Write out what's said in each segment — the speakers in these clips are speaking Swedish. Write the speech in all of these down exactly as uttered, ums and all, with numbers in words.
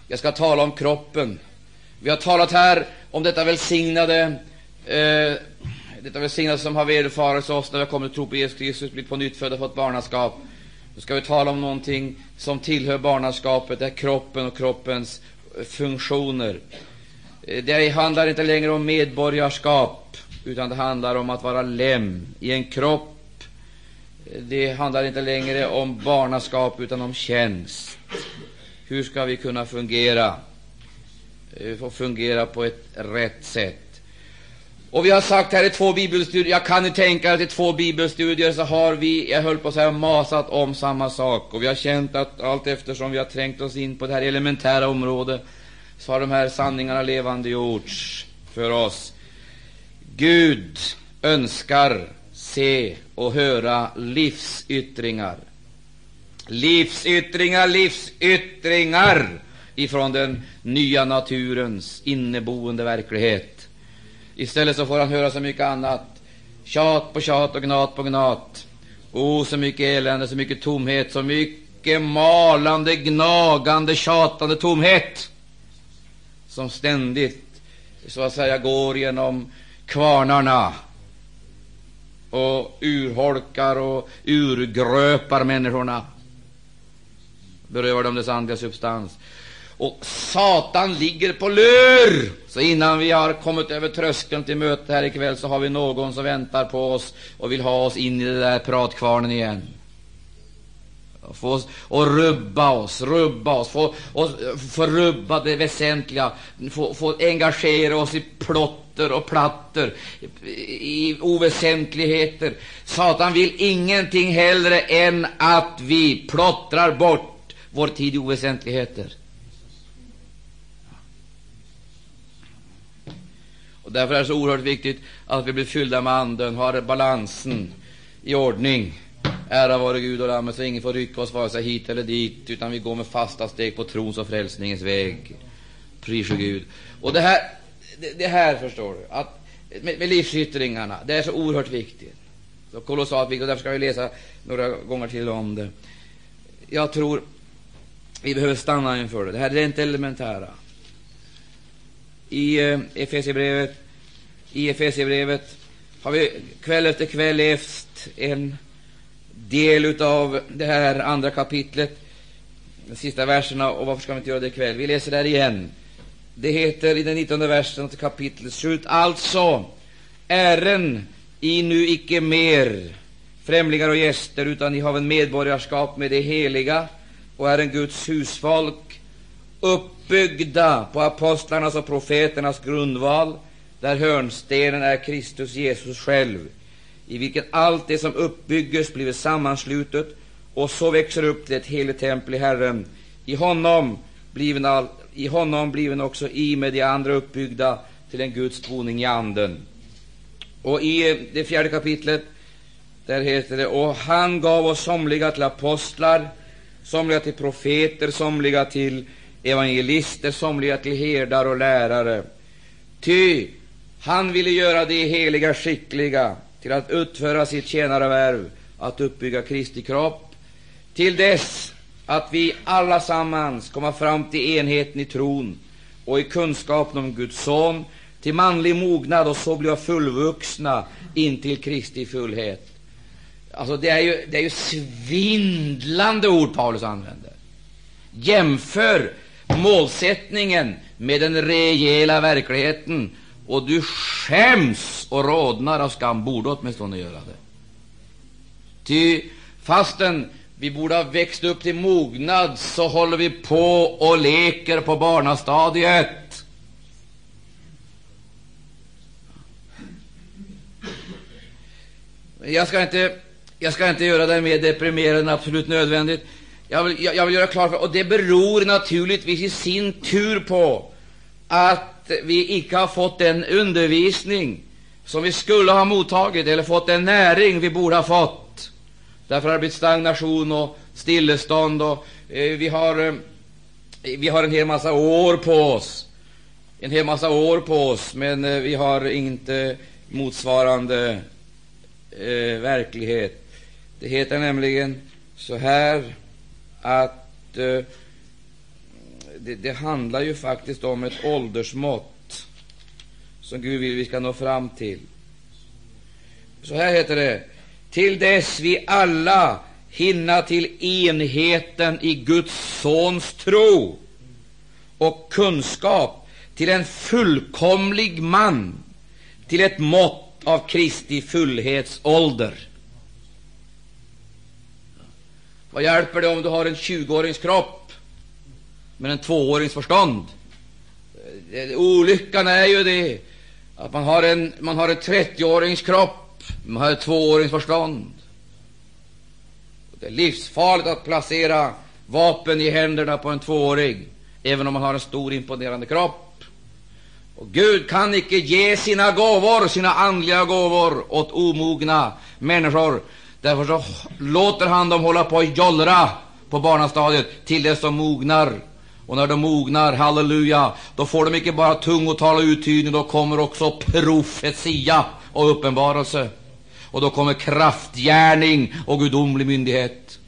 Jag ska tala om kroppen. Vi har talat här om detta välsignade eh, detta välsignade som har vederfarits oss när vi har kommit att tro på Jesus Kristus, blivit på nytt födda och fått barnaskap. Då ska vi tala om någonting som tillhör barnaskapet, det är kroppen och kroppens funktioner. Det handlar inte längre om medborgarskap, utan det handlar om att vara lem i en kropp. Det handlar inte längre om barnaskap, utan om tjänst. Hur ska vi kunna fungera? Få fungera på ett rätt sätt. Och vi har sagt här i två bibelstudier, jag kan inte tänka att i två bibelstudier så har vi, jag höll på att säga, masat om samma sak. Och vi har känt att allt eftersom vi har trängt oss in på det här elementära området, så har de här sanningarna levande gjorts för oss. Gud önskar se och höra livsyttringar. Livsyttringar, livsyttringar ifrån den nya naturens inneboende verklighet. Istället så får han höra så mycket annat. Tjat på tjat och gnat på gnat. Oh, så mycket elände, så mycket tomhet, så mycket malande, gnagande, tjatande tomhet som ständigt, så att säga, går genom kvarnarna och urholkar och urgröpar människorna, berövar dem dess andliga substans. Och Satan ligger på lur. Så innan vi har kommit över tröskeln till möte här ikväll, så har vi någon som väntar på oss och vill ha oss in i det där pratkvarnen igen. Få oss och rubba oss, rubba oss, få oss få rubba det väsentliga, få, få engagera oss i plotter och platter, i, i oväsentligheter. Satan vill ingenting hellre än att vi plottrar bort vår tid i oväsentligheter. Och därför är det så oerhört viktigt att vi blir fyllda med anden, har balansen i ordning. Ära vare Gud och Lammet, så ingen får rycka oss vare sig hit eller dit, utan vi går med fasta steg på trons och frälsningens väg. Pris och Gud. Och det här, det, det här förstår du, att med, med livsyttringarna, det är så oerhört viktigt. Så kolossalt viktigt, och därför ska vi läsa några gånger till om det. Jag tror vi behöver stanna inför det. Det här är det inte elementära. I eh, Efesierbrevet i Efesierbrevet har vi kväll efter kväll läst en del utav det här andra kapitlet, de sista verserna, och varför ska vi inte göra det ikväll? Vi läser där igen. Det heter i den nittonde versen till kapitlet: Skjut alltså ären i nu icke mer främlingar och gäster, utan ni har en medborgarskap med det heliga och är en Guds husfolk, uppbyggda på apostlarnas och profeternas grundval, där hörnstenen är Kristus Jesus själv, i vilket allt det som uppbygges blir sammanslutet och så växer upp till ett heligt tempel i Herren. I honom bliven, all, i honom bliven också i med de andra uppbyggda till en Guds boning i anden. Och i det fjärde kapitlet, där heter det: Och han gav oss somliga till apostlar, somliga till profeter, somliga till evangelister, somliga till herdar och lärare. Ty han ville göra de heliga skickliga till att utföra sitt tjänarvärv, att uppbygga Kristi kropp, till dess att vi alla sammans komma fram till enheten i tron och i kunskapen om Guds son, till manlig mognad, och så blir fullvuxna in till Kristi fullhet. Alltså det är ju, det är ju svindlande ord Paulus använder. Jämför målsättningen med den rejäla verkligheten, och du skäms och rodnar av skam. Borde åtminstone göra det. Ty fastän vi borde ha växt upp till mognad, så håller vi på och leker på barnastadiet. Jag ska inte jag ska inte göra det mer deprimerande än absolut nödvändigt. Jag vill, jag, jag vill göra klart för, och det beror naturligtvis i sin tur på att vi icke har fått den undervisning som vi skulle ha mottagit, eller fått den näring vi borde ha fått. Därför har det blivit stagnation och stillestånd, och eh, vi har eh, vi har en hel massa år på oss en hel massa år på oss men eh, vi har inte motsvarande eh, verklighet. Det heter nämligen så här, att eh, det, det handlar ju faktiskt om ett åldersmått som Gud vill vi ska nå fram till. Så här heter det: till dess vi alla hinna till enheten i Guds sons tro och kunskap, till en fullkomlig man, till ett mått av Kristi fullhetsålder. Vad hjälper det om du har en tjugoårings kropp men en tvåårings förstånd? Olyckan är ju det att man har en, man har en trettioårings kropp, man har ett tvåårings förstånd. Det är livsfarligt att placera vapen i händerna på en tvååring, även om man har en stor imponerande kropp. Och Gud kan icke ge sina gåvor, sina andliga gåvor, åt omogna människor. Därför så låter han dem hålla på att jollra på barnastadiet till dess de mognar. Och när de mognar, halleluja, då får de inte bara tungotal och uttydning, då kommer också profetia och uppenbarelse. Och då kommer kraftgärning och gudomlig myndighet.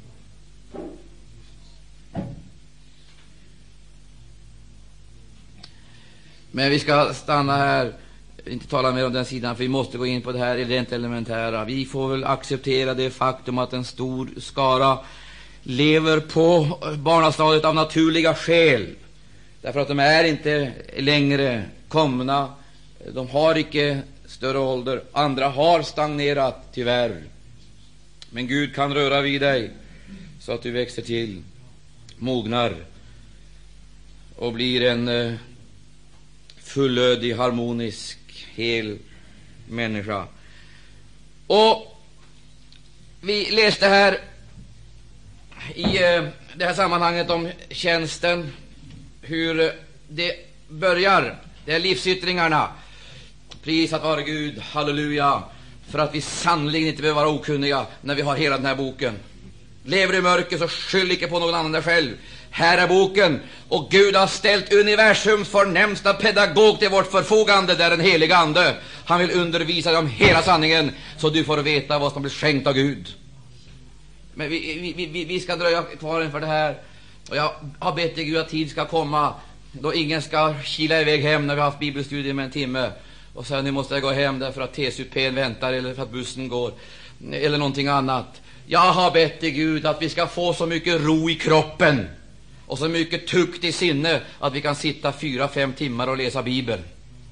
Men vi ska stanna här, inte tala mer om den sidan, för vi måste gå in på det här rent elementära. Vi får väl acceptera det faktum att en stor skara lever på barnastadiet av naturliga skäl, därför att de är inte längre komna, de har icke större ålder. Andra har stagnerat, tyvärr. Men Gud kan röra vid dig så att du växer till, mognar och blir en uh, fullödig, harmonisk, hel människa. Och vi läste här i uh, det här sammanhanget om tjänsten, hur uh, det börjar, det är livsyttringarna. Prisat vare Gud, halleluja, för att vi sannolikt inte behöver vara okunniga när vi har hela den här boken. Lever i mörker, så skyll icke på någon annan än själv. Här är boken, och Gud har ställt universums förnämsta pedagog till vårt förfogande, där en helig ande. Han vill undervisa dig om hela sanningen, så du får veta vad som blir skänkt av Gud. Men vi, vi, vi, vi ska dröja kvar inför det här, och jag har bett till Gud att tid ska komma då ingen ska kila iväg hem när vi har haft bibelstudier med en timme och sen nu måste jag gå hem därför att T S U P väntar eller för att bussen går eller någonting annat. Jag har bett till Gud att vi ska få så mycket ro i kroppen och så mycket tukt i sinne att vi kan sitta fyra, fem timmar och läsa Bibeln.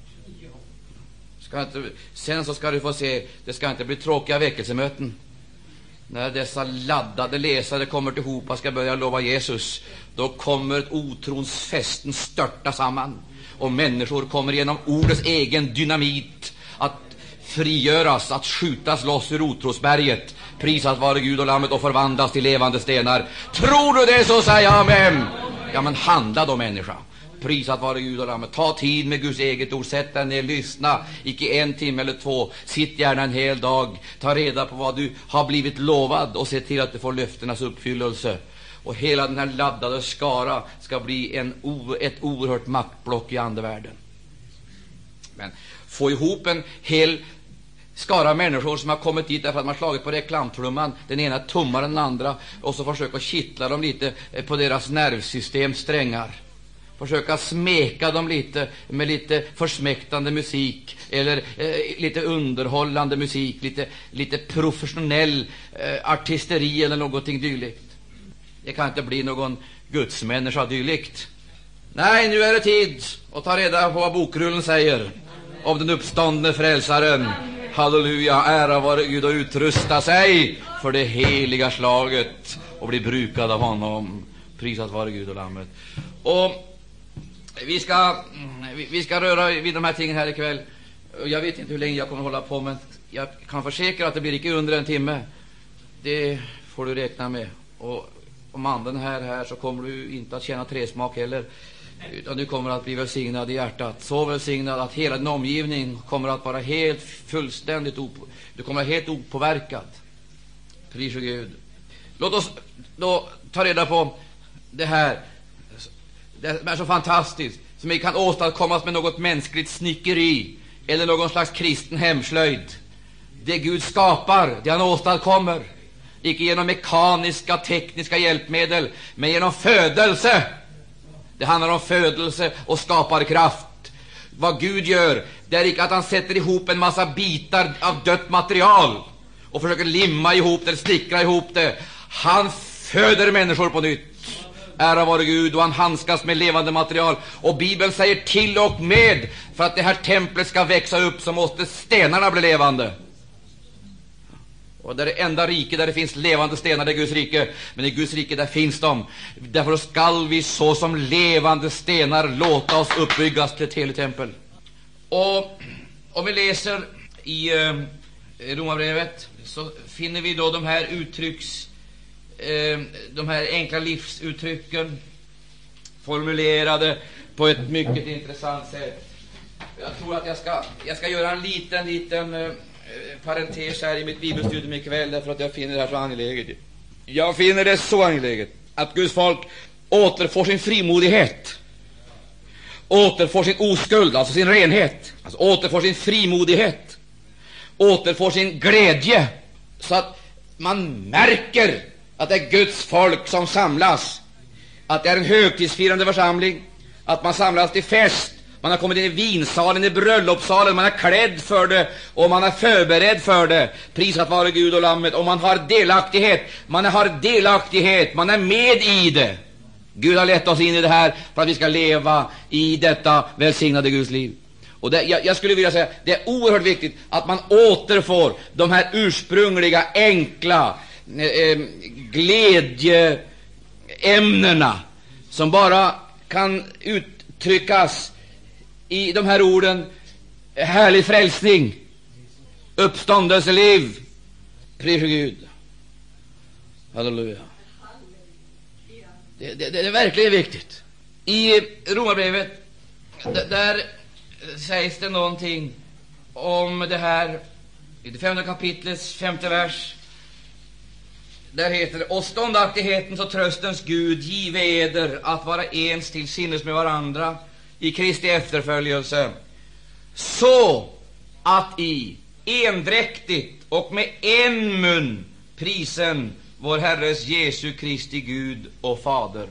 Ska inte, sen så ska du få se, det ska inte bli tråkiga väckelsemöten. När dessa laddade läsare kommer till ihop och ska börja lova Jesus, då kommer ett otrons fästen störta samman. Och människor kommer genom ordets egen dynamit att frigöras, att skjutas loss ur otrosberget. Prisat vare Gud och lammet och förvandlas till levande stenar. Tror du det, så säg amen. Ja, men handla då, människa. Prisat vare Gud och lammet. Ta tid med Guds eget ord. Sätt dig ner, lyssna. Icke en timme eller två. Sitt gärna en hel dag. Ta reda på vad du har blivit lovad och se till att du får löftenas uppfyllelse. Och hela den här laddade skara ska bli en, ett oerhört maktblock i andevärlden. Men få ihop en hel skara människor som har kommit dit därför att man slagit på reklamtrumman, den ena tummar den andra, och så försöka kittla dem lite på deras nervsystem strängar. Försöka smeka dem lite med lite försmäktande musik eller eh, lite underhållande musik, lite, lite professionell eh, artisteri eller någonting dylikt. Det kan inte bli någon gudsmänniska dylikt. Nej, nu är det tid att ta reda på vad bokrullen säger om den uppståndne frälsaren. Halleluja, ära vare Gud, och utrusta sig för det heliga slaget och bli brukad av honom. Prisat vare Gud och lammet. Och vi ska, vi ska röra vid de här tingen här ikväll. Jag vet inte hur länge jag kommer hålla på, men jag kan försäkra att det blir inte under en timme. Det får du räkna med. Och om anden här här så kommer du inte att känna träsmak heller, utan du kommer att bli välsignad i hjärtat. Så välsignad att hela din omgivning kommer att vara helt fullständigt op du kommer att vara helt opåverkad. Pris och Gud. Låt oss då ta reda på det här. Det är så fantastiskt, som inte kan åstadkommas med något mänskligt snickeri eller någon slags kristen hemslöjd. Det Gud skapar, det han åstadkommer, icke genom mekaniska, tekniska hjälpmedel, men genom födelse. Det handlar om födelse och skaparkraft. Vad Gud gör, det är inte att han sätter ihop en massa bitar av dött material och försöker limma ihop det eller snickra ihop det. Han föder människor på nytt. Ära vare Gud, och han handskas med levande material. Och Bibeln säger till och med, för att det här templet ska växa upp så måste stenarna bli levande. Och det är det enda rike där det finns levande stenar, det är Guds rike. Men i Guds rike där finns de. Därför skall vi så som levande stenar låta oss uppbyggas till ett heligt tempel. Och om vi läser i eh, Romarbrevet så finner vi då de här uttrycks eh, de här enkla livsuttrycken formulerade på ett mycket intressant sätt. Jag tror att jag ska, jag ska göra en liten, liten eh, parentes här i mitt bibelstudium ikväll, därför att jag finner det här så angeläget. Jag finner det så angeläget att Guds folk återfår sin frimodighet, återfår sin oskuld, alltså sin renhet, alltså återfår sin frimodighet, återfår sin glädje, så att man märker att det är Guds folk som samlas, att det är en högtidsfirande församling, att man samlas till fest. Man har kommit in i vinsalen, i bröllopssalen, man är klädd för det och man är förberedd för det. Prisat vare Gud och lammet. Och man har delaktighet, man har delaktighet, man är med i det. Gud har lett oss in i det här för att vi ska leva i detta välsignade Guds liv. Och det, jag, jag skulle vilja säga, det är oerhört viktigt att man återfår de här ursprungliga, enkla eh, glädjeämnena som bara kan uttryckas i de här orden: härlig frälsning, uppståndelseliv, pris för Gud. Halleluja. Det, det, det är verkligen viktigt. I Romarbrevet där sägs det någonting om det här i det femte kapitlets femte vers. Där heter det: och ståndaktighetens och tröstens Gud give eder att vara ens till sinnes med varandra i Kristi efterföljelse, så att i endräktigt och med en mun prisen vår Herres Jesu Kristi Gud och Fader.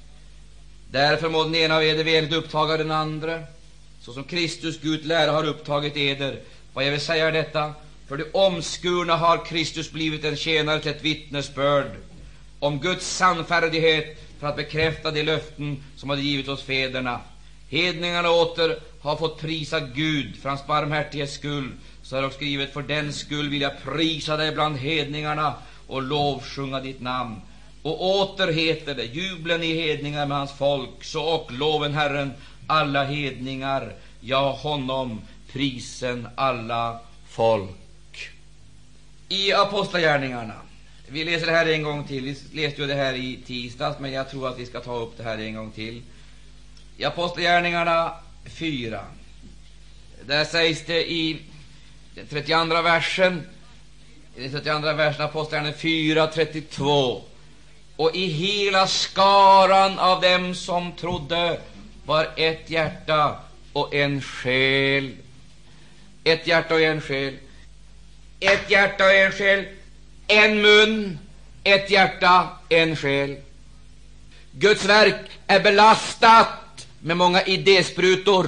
Därför må den ena av eder veligt upptaga den andra, så som Kristus Gud lära har upptagit eder. Vad jag vill säga är detta: för det omskurna har Kristus blivit en tjänare till ett vittnesbörd om Guds sannfärdighet, för att bekräfta de löften som hade givit oss fäderna. Hedningarna åter har fått prisa Gud för hans barmhärtighets skull. Så är det skrivet: för den skull vill jag prisa dig bland hedningarna och lovsjunga ditt namn. Och åter heter det: jublen i hedningar med hans folk, så och loven Herren alla hedningar, ja honom prisen alla folk. I Apostlagärningarna, vi läser det här en gång till. Vi läste ju det här i tisdags, men jag tror att vi ska ta upp det här en gång till. I Apostlagärningarna fyra, där sägs det i den trettioandra versen, i den trettioandra versen av Apostlagärningarna fyra trettiotvå: och i hela skaran av dem som trodde var ett hjärta och en själ. Ett hjärta och en själ. Ett hjärta och en själ. En mun, ett hjärta, en själ. Guds verk är belastat med många idésprutor.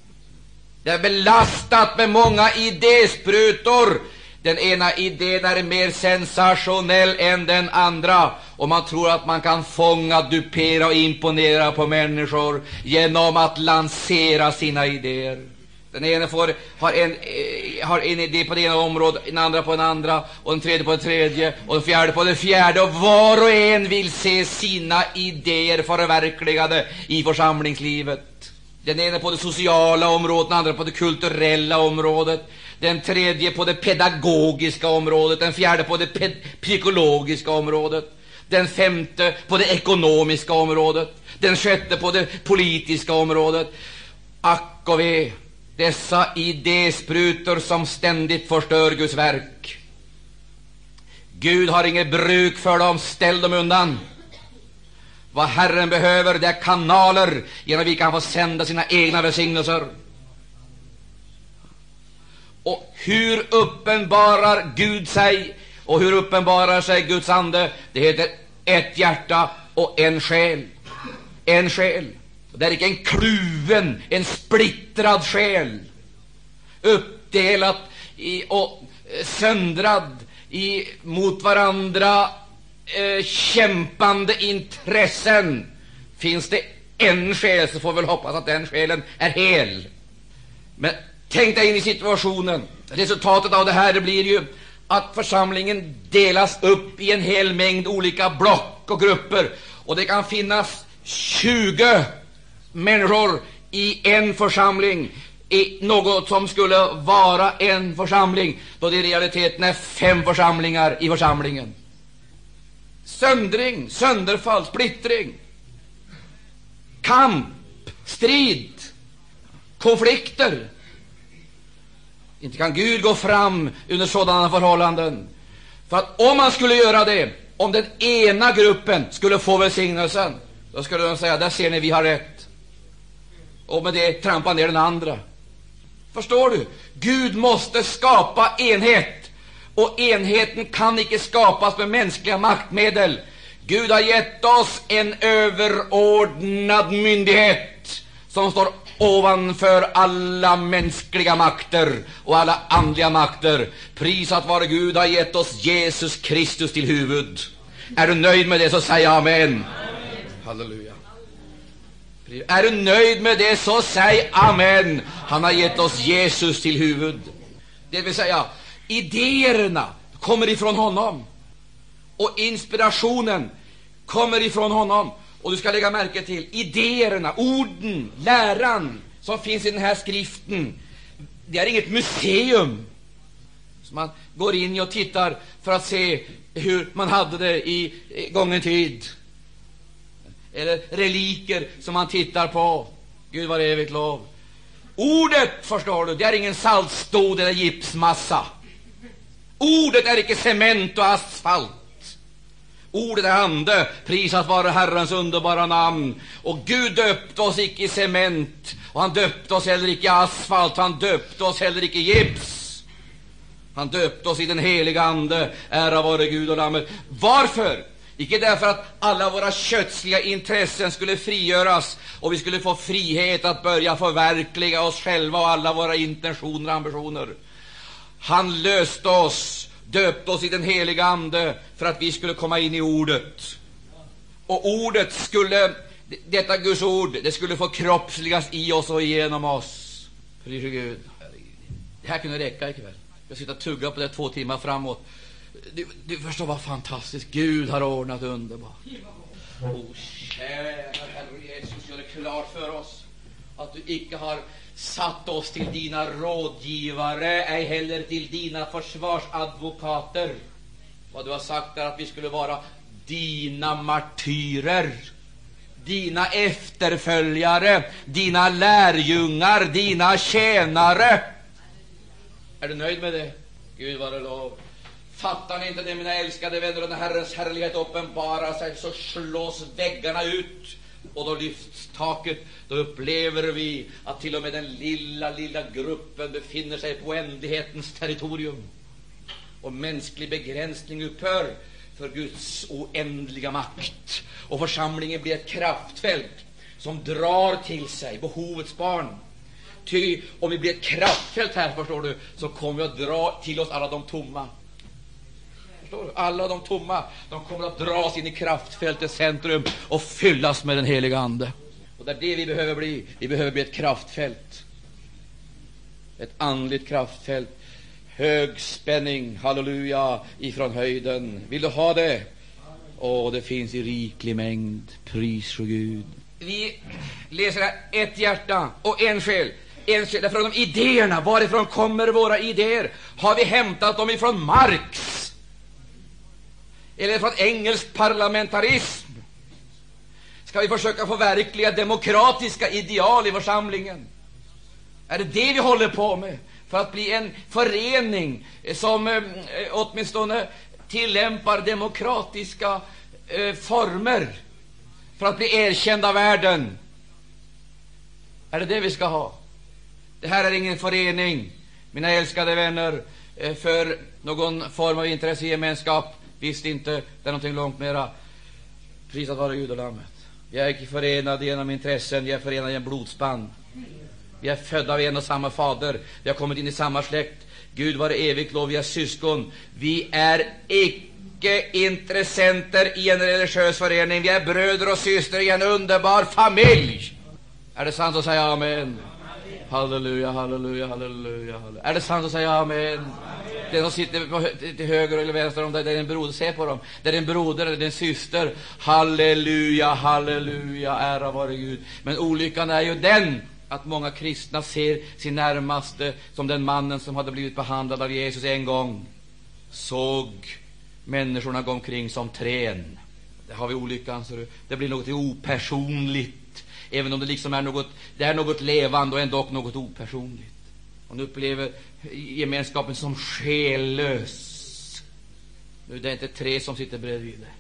Det är belastat med många idésprutor. Den ena idén är mer sensationell än den andra, och man tror att man kan fånga, dupera och imponera på människor genom att lansera sina idéer. Den ena får, har, en, eh, har en idé på det ena området, den andra på den andra, och den tredje på det tredje, och den fjärde på det fjärde, och var och en vill se sina idéer förverkligade i församlingslivet. Den ena på det sociala området, den andra på det kulturella området, den tredje på det pedagogiska området, den fjärde på det pe- psykologiska området, den femte på det ekonomiska området, den sjätte på det politiska området. Ack och ve, dessa idésprutor som ständigt förstör Guds verk. Gud har inget bruk för dem, ställ dem undan. Vad Herren behöver, det är kanaler genom vilka han får sända sina egna välsignelser. Och hur uppenbarar Gud sig, och hur uppenbarar sig Guds ande? Det heter ett hjärta och en själ. En själ. Det är inte en kluven, en splittrad själ, uppdelat i, och söndrad i mot varandra eh, kämpande intressen. Finns det en själ, så får vi väl hoppas att den själen är hel. Men tänk dig in i situationen. Resultatet av det här, det blir ju att församlingen delas upp i en hel mängd olika block och grupper, och det kan finnas tjugo människor i en församling, i något som skulle vara en församling, då det i realiteten är fem församlingar i församlingen. Söndring, sönderfall, splittring, kamp, strid, konflikter. Inte kan Gud gå fram under sådana förhållanden. För att om man skulle göra det, om den ena gruppen skulle få välsignelsen, då skulle de säga, där ser ni, vi har rätt. Och med det trampar ner den andra. Förstår du? Gud måste skapa enhet. Och enheten kan icke skapas med mänskliga maktmedel. Gud har gett oss en överordnad myndighet som står ovanför alla mänskliga makter och alla andliga makter. Prisat vare Gud har gett oss Jesus Kristus till huvud. Är du nöjd med det, så säg amen. Amen. Halleluja. Är du nöjd med det, så säg amen. Han har gett oss Jesus till huvud. Det vill säga, idéerna kommer ifrån honom, och inspirationen kommer ifrån honom. Och du ska lägga märke till idéerna, orden, läran som finns i den här skriften. Det är inget museum som man går in i och tittar för att se hur man hade det i gången tid, eller reliker som man tittar på. Gud var evigt lov. Ordet, förstår du, det är ingen saltstod eller gipsmassa. Ordet är inte cement och asfalt. Ordet är ande, prisat vare Herrens underbara namn. Och Gud döpte oss icke i cement, och han döpte oss heller icke i asfalt, han döpte oss heller icke i gips. Han döpte oss i den heliga ande, ära vare Gud och Lammet. Varför? Icke därför att alla våra kötsliga intressen skulle frigöras och vi skulle få frihet att börja förverkliga oss själva och alla våra intentioner och ambitioner. Han löste oss, döpte oss i den heliga ande för att vi skulle komma in i ordet. Och ordet skulle, detta Guds ord, det skulle få kroppsligas i oss och igenom oss. Pris Gud. Det här kunde räcka ikväll. Jag sitter och tugga på det två timmar framåt. Du, du förstår vad fantastiskt Gud har ordnat underbart. Åh, kära Herre Jesus, gör det klart för oss att du icke har satt oss till dina rådgivare, ej heller till dina försvarsadvokater. Vad du har sagt är att vi skulle vara dina martyrer, dina efterföljare, dina lärjungar, dina tjänare. Är du nöjd med det? Gud vare lov. Fattar ni inte det, mina älskade vänner? Och när Herrens härlighet uppenbarar sig, så slås väggarna ut och då lyfts taket. Då upplever vi att till och med den lilla, lilla gruppen befinner sig på oändlighetens territorium. Och mänsklig begränsning upphör för Guds oändliga makt. Och församlingen blir ett kraftfält som drar till sig behovets barn. Ty om vi blir ett kraftfält här, förstår du, så kommer vi att dra till oss alla de tomma. Förstår du? Alla de tomma, de kommer att dras in i kraftfältets centrum och fyllas med den heliga ande. Och det är det vi behöver bli. Vi behöver bli ett kraftfält. Ett andligt kraftfält. Hög spänning, halleluja, ifrån höjden. Vill du ha det? Åh, det finns i riklig mängd. Pris för Gud. Vi läser här, ett hjärta och en själ. En själ, därför de idéerna, varifrån kommer våra idéer? Har vi hämtat dem ifrån Marx? Eller från engelsk parlamentarism? Ska vi försöka förverkliga demokratiska ideal i församlingen? Är det det vi håller på med? För att bli en förening som eh, åtminstone tillämpar demokratiska eh, former för att bli erkänd av världen. Är det det vi ska ha? Det här är ingen förening, mina älskade vänner, eh, för någon form av intressegemenskap. Visst inte, det är någonting långt mera. Prisat vare Gud och Lammet. Vi är inte förenade genom intressen, vi är förenade genom blodspann. Vi är födda av en och samma fader. Vi har kommit in i samma släkt. Gud var evigt lov, vi är syskon. Vi är icke intressenter i en religiös förening. Vi är bröder och systrar i en underbar familj. Är det sant att säga amen? Halleluja, halleluja, halleluja, halleluja. Är det sant att säga amen? Den som sitter på, till höger eller vänster om dig, det är en broder, se på dem. Det är en broder eller en syster. Halleluja, halleluja, ära vare Gud. Men olyckan är ju den att många kristna ser sin närmaste som den mannen som hade blivit behandlad av Jesus en gång. Såg människorna gå omkring som trän. Det har vi olyckan, så det blir något opersonligt. Även om det liksom är något, det är något levande och ändå något opersonligt. Man upplever gemenskapen som själlös. Nu är det inte tre som sitter bredvid dig.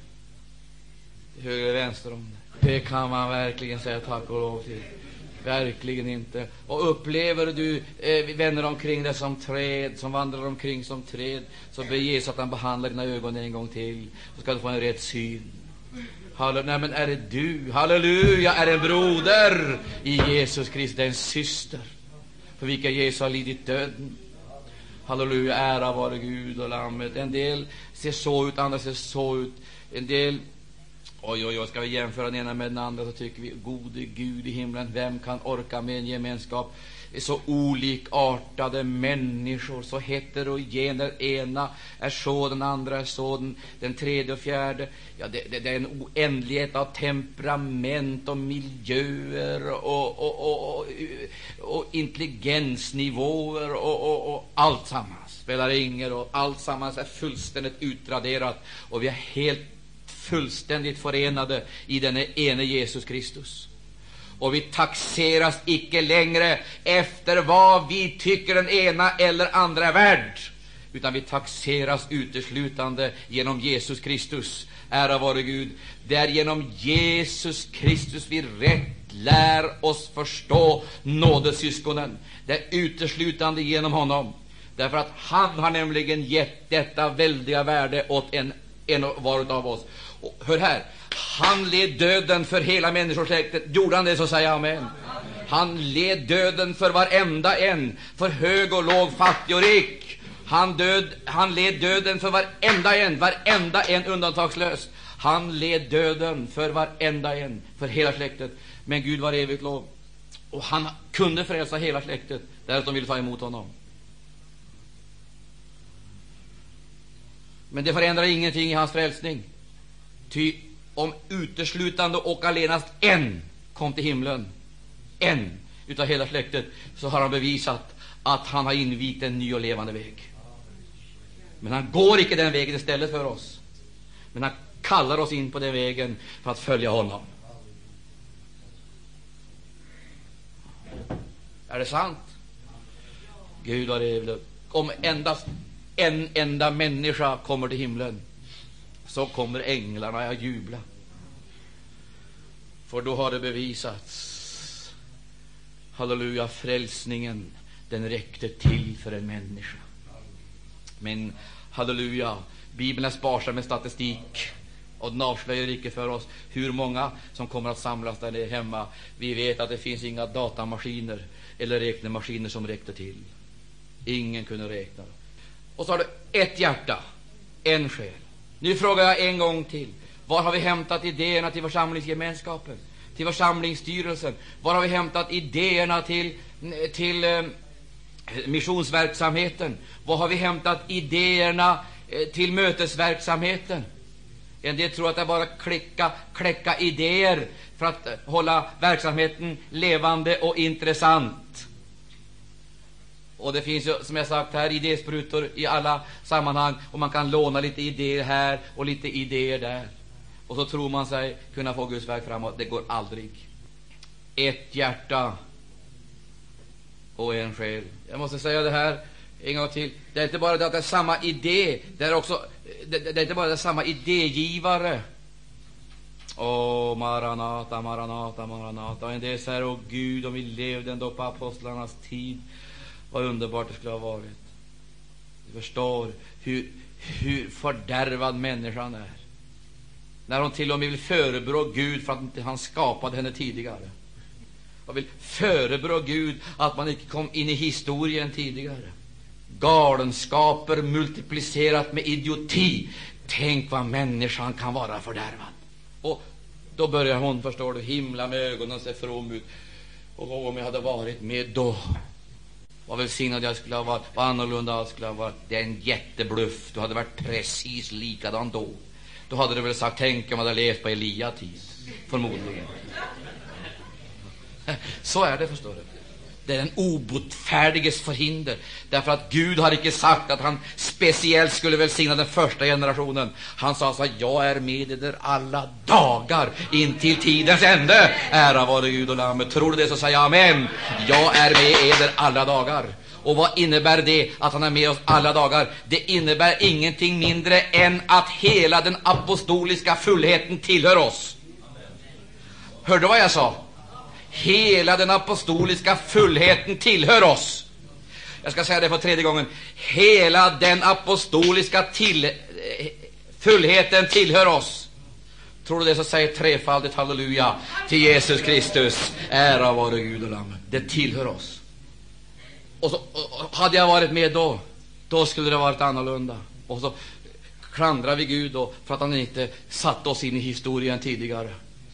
Det höger och vänster om det. Det kan man verkligen säga tack och lov till. Verkligen inte. Och upplever du eh, vänner omkring dig som träd, som vandrar omkring som träd, så ber Jesus att han behandlar dina ögon en gång till. Så ska du få en rätt syn. Halleluja, nej men är det du? Halleluja, är det en broder i Jesus Kristus, en syster för vilka Jesus har lidit döden. Halleluja, ära vare Gud och lammet. En del ser så ut, andra ser så ut. En del, oj oj oj, ska vi jämföra den ena med den andra, så tycker vi, gode Gud i himlen, vem kan orka med en gemenskap? Så olikartade människor, så heterogen. Den ena är så, den andra är så, den, den tredje och fjärde. Ja, det, det, det är en oändlighet av temperament och miljöer och, och, och, och, och intelligensnivåer och, och, och allt sammans spelar ingen roll. Allt sammans är fullständigt utraderat, och vi är helt fullständigt förenade i den ene Jesus Kristus. Och vi taxeras icke längre efter vad vi tycker den ena eller andra är värd, utan vi taxeras uteslutande genom Jesus Kristus. Ära vare Gud. Det är genom Jesus Kristus vi rätt lär oss förstå nådesyskonen. Det är uteslutande genom honom. Därför att han har nämligen gett detta väldiga värde åt en, en var av oss. Och hör här, han led döden för hela människosläktet. Gjorde han det, så säger amen. Han led döden för varenda en, för hög och låg, fattig och rik. Han, död, han led döden för varenda en, varenda en undantagslöst. Han led döden för varenda en, för hela släktet. Men Gud var evigt lov. Och han kunde frälsa hela släktet, därför att de ville ta emot honom. Men det förändrar ingenting i hans frälsning. Ty om uteslutande och allenast en kom till himlen, en utav hela släktet, så har han bevisat att han har invigt en ny och levande väg. Men han går icke den vägen istället för oss, men han kallar oss in på den vägen för att följa honom. Är det sant? Gud har det. Om endast en enda människa kommer till himlen, så kommer änglarna att jubla. För då har det bevisats, halleluja, frälsningen, den räckte till för en människa. Men halleluja, Bibeln är sparsam med statistik, och den avslöjar icke för oss hur många som kommer att samlas där nere hemma. Vi vet att det finns inga datamaskiner eller räknemaskiner som räckte till. Ingen kunde räkna. Och så har det ett hjärta, en själ. Nu frågar jag en gång till. Var har vi hämtat idéerna till församlingsgemenskapen? Till församlingsstyrelsen? Var har vi hämtat idéerna till, till eh, missionsverksamheten? Var har vi hämtat idéerna eh, till mötesverksamheten? En del tror att det bara klicka, kläcka idéer för att eh, hålla verksamheten levande och intressant. Och det finns ju, som jag sagt här, idésprutor i alla sammanhang, och man kan låna lite idéer här och lite idéer där. Och så tror man sig kunna få Guds väg framåt. Det går aldrig. Ett hjärta och en själ. Jag måste säga det här en gång till. Det är inte bara det att det är samma idé. Det är också, det, det är inte bara det samma idégivare. Åh, Maranata, Maranata, Maranata. Och en del säger, åh Gud, om vi levde ändå på apostlarnas tid, vad underbart det skulle ha varit. Du förstår hur, hur fördärvad människan är. när hon till och med vill förebrå Gud för att inte han skapade henne tidigare. Hon vill förebrå Gud att man inte kom in i historien tidigare. Galenskaper multiplicerat med idioti. Tänk vad människan kan vara fördärvad. Och då börjar hon, förstår du, himla med ögonen och se from ut. Och om jag hade varit med då, vad välsignad jag skulle ha varit, vad annorlunda jag skulle ha varit. Det är en jättebluff. Du hade varit precis likadan då. Då hade du väl sagt, tänk om jag hade levt på Elia tid. Förmodligen. Så är det, förstår du. Det är den obotfärdiges förhinder. Därför att Gud har inte sagt att han speciellt skulle välsigna den första generationen. Han sa så: jag är med er alla dagar in till tidens ände. Ära vare Gud och Lammet. Tror du det, så säger amen. Jag är med er alla dagar. Och vad innebär det att han är med oss alla dagar? Det innebär ingenting mindre än att hela den apostoliska fullheten tillhör oss. Hörde du vad jag sa? Hela den apostoliska fullheten tillhör oss. Jag ska säga det för tredje gången. Hela den apostoliska till, fullheten tillhör oss. Tror du det, så säger trefaldigt halleluja till Jesus Kristus. Ära vare Gud och Lammet. Det tillhör oss. Och så och hade jag varit med då, då skulle det varit annorlunda. Och så klandrar vi Gud då för att han inte satt oss in i historien tidigare.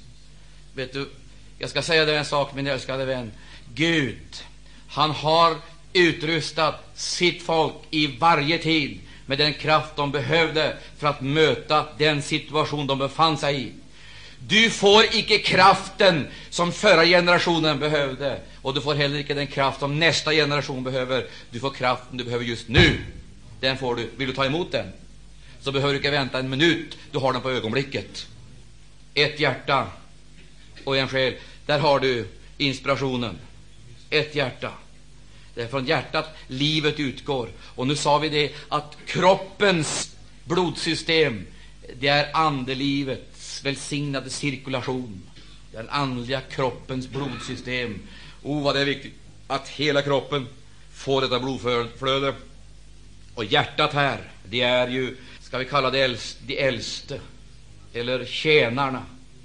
Vet du, jag ska säga dig en sak, min älskade vän. Gud, han har utrustat sitt folk i varje tid med den kraft de behövde för att möta den situation de befann sig i. Du får icke kraften som förra generationen behövde, och du får heller icke den kraft som nästa generation behöver. Du får kraften du behöver just nu. Den får du. Vill du ta emot den, så behöver du inte vänta en minut. Du har den på ögonblicket. Ett hjärta och en själ. Där har du inspirationen. Ett hjärta. Det är från hjärtat livet utgår. Och nu sa vi det, att kroppens blodsystem, det är andelivets välsignade cirkulation. Den andliga kroppens blodsystem. Oh, vad det är viktigt att hela kroppen får detta blodflöde. Och hjärtat här, det är ju, ska vi kalla det äldste, de äldste, eller tjänarna,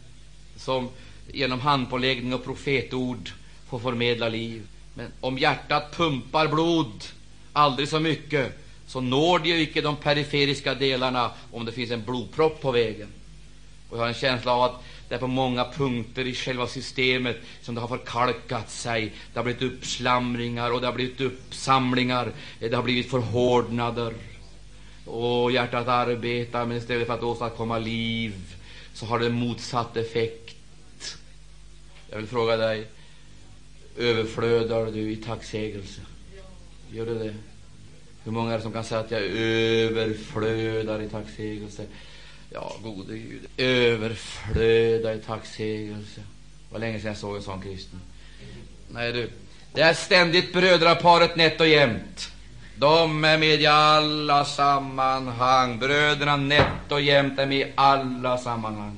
som genom handpåläggning och profetord får förmedla liv. Men om hjärtat pumpar blod aldrig så mycket, så når det ju icke de periferiska delarna om det finns en blodpropp på vägen. Och jag har en känsla av att det är på många punkter i själva systemet som det har förkalkat sig. Det har blivit uppslamringar och det har blivit uppsamlingar. Det har blivit förhårdnader. Och hjärtat arbetar, men istället för att åstadkomma liv så har det motsatt effekt. Jag vill fråga dig, överflödar du i tacksägelse? Gör du det? Hur många är det som kan säga att jag överflödar i tacksägelse? Ja, gode Gud, överflödar i tacksägelse. Vad länge sedan jag såg en sån kristen. Nej du, det är ständigt brödraparet nätt och jämnt. De är med i alla sammanhang. Bröderna nätt och jämnt är med i alla sammanhang.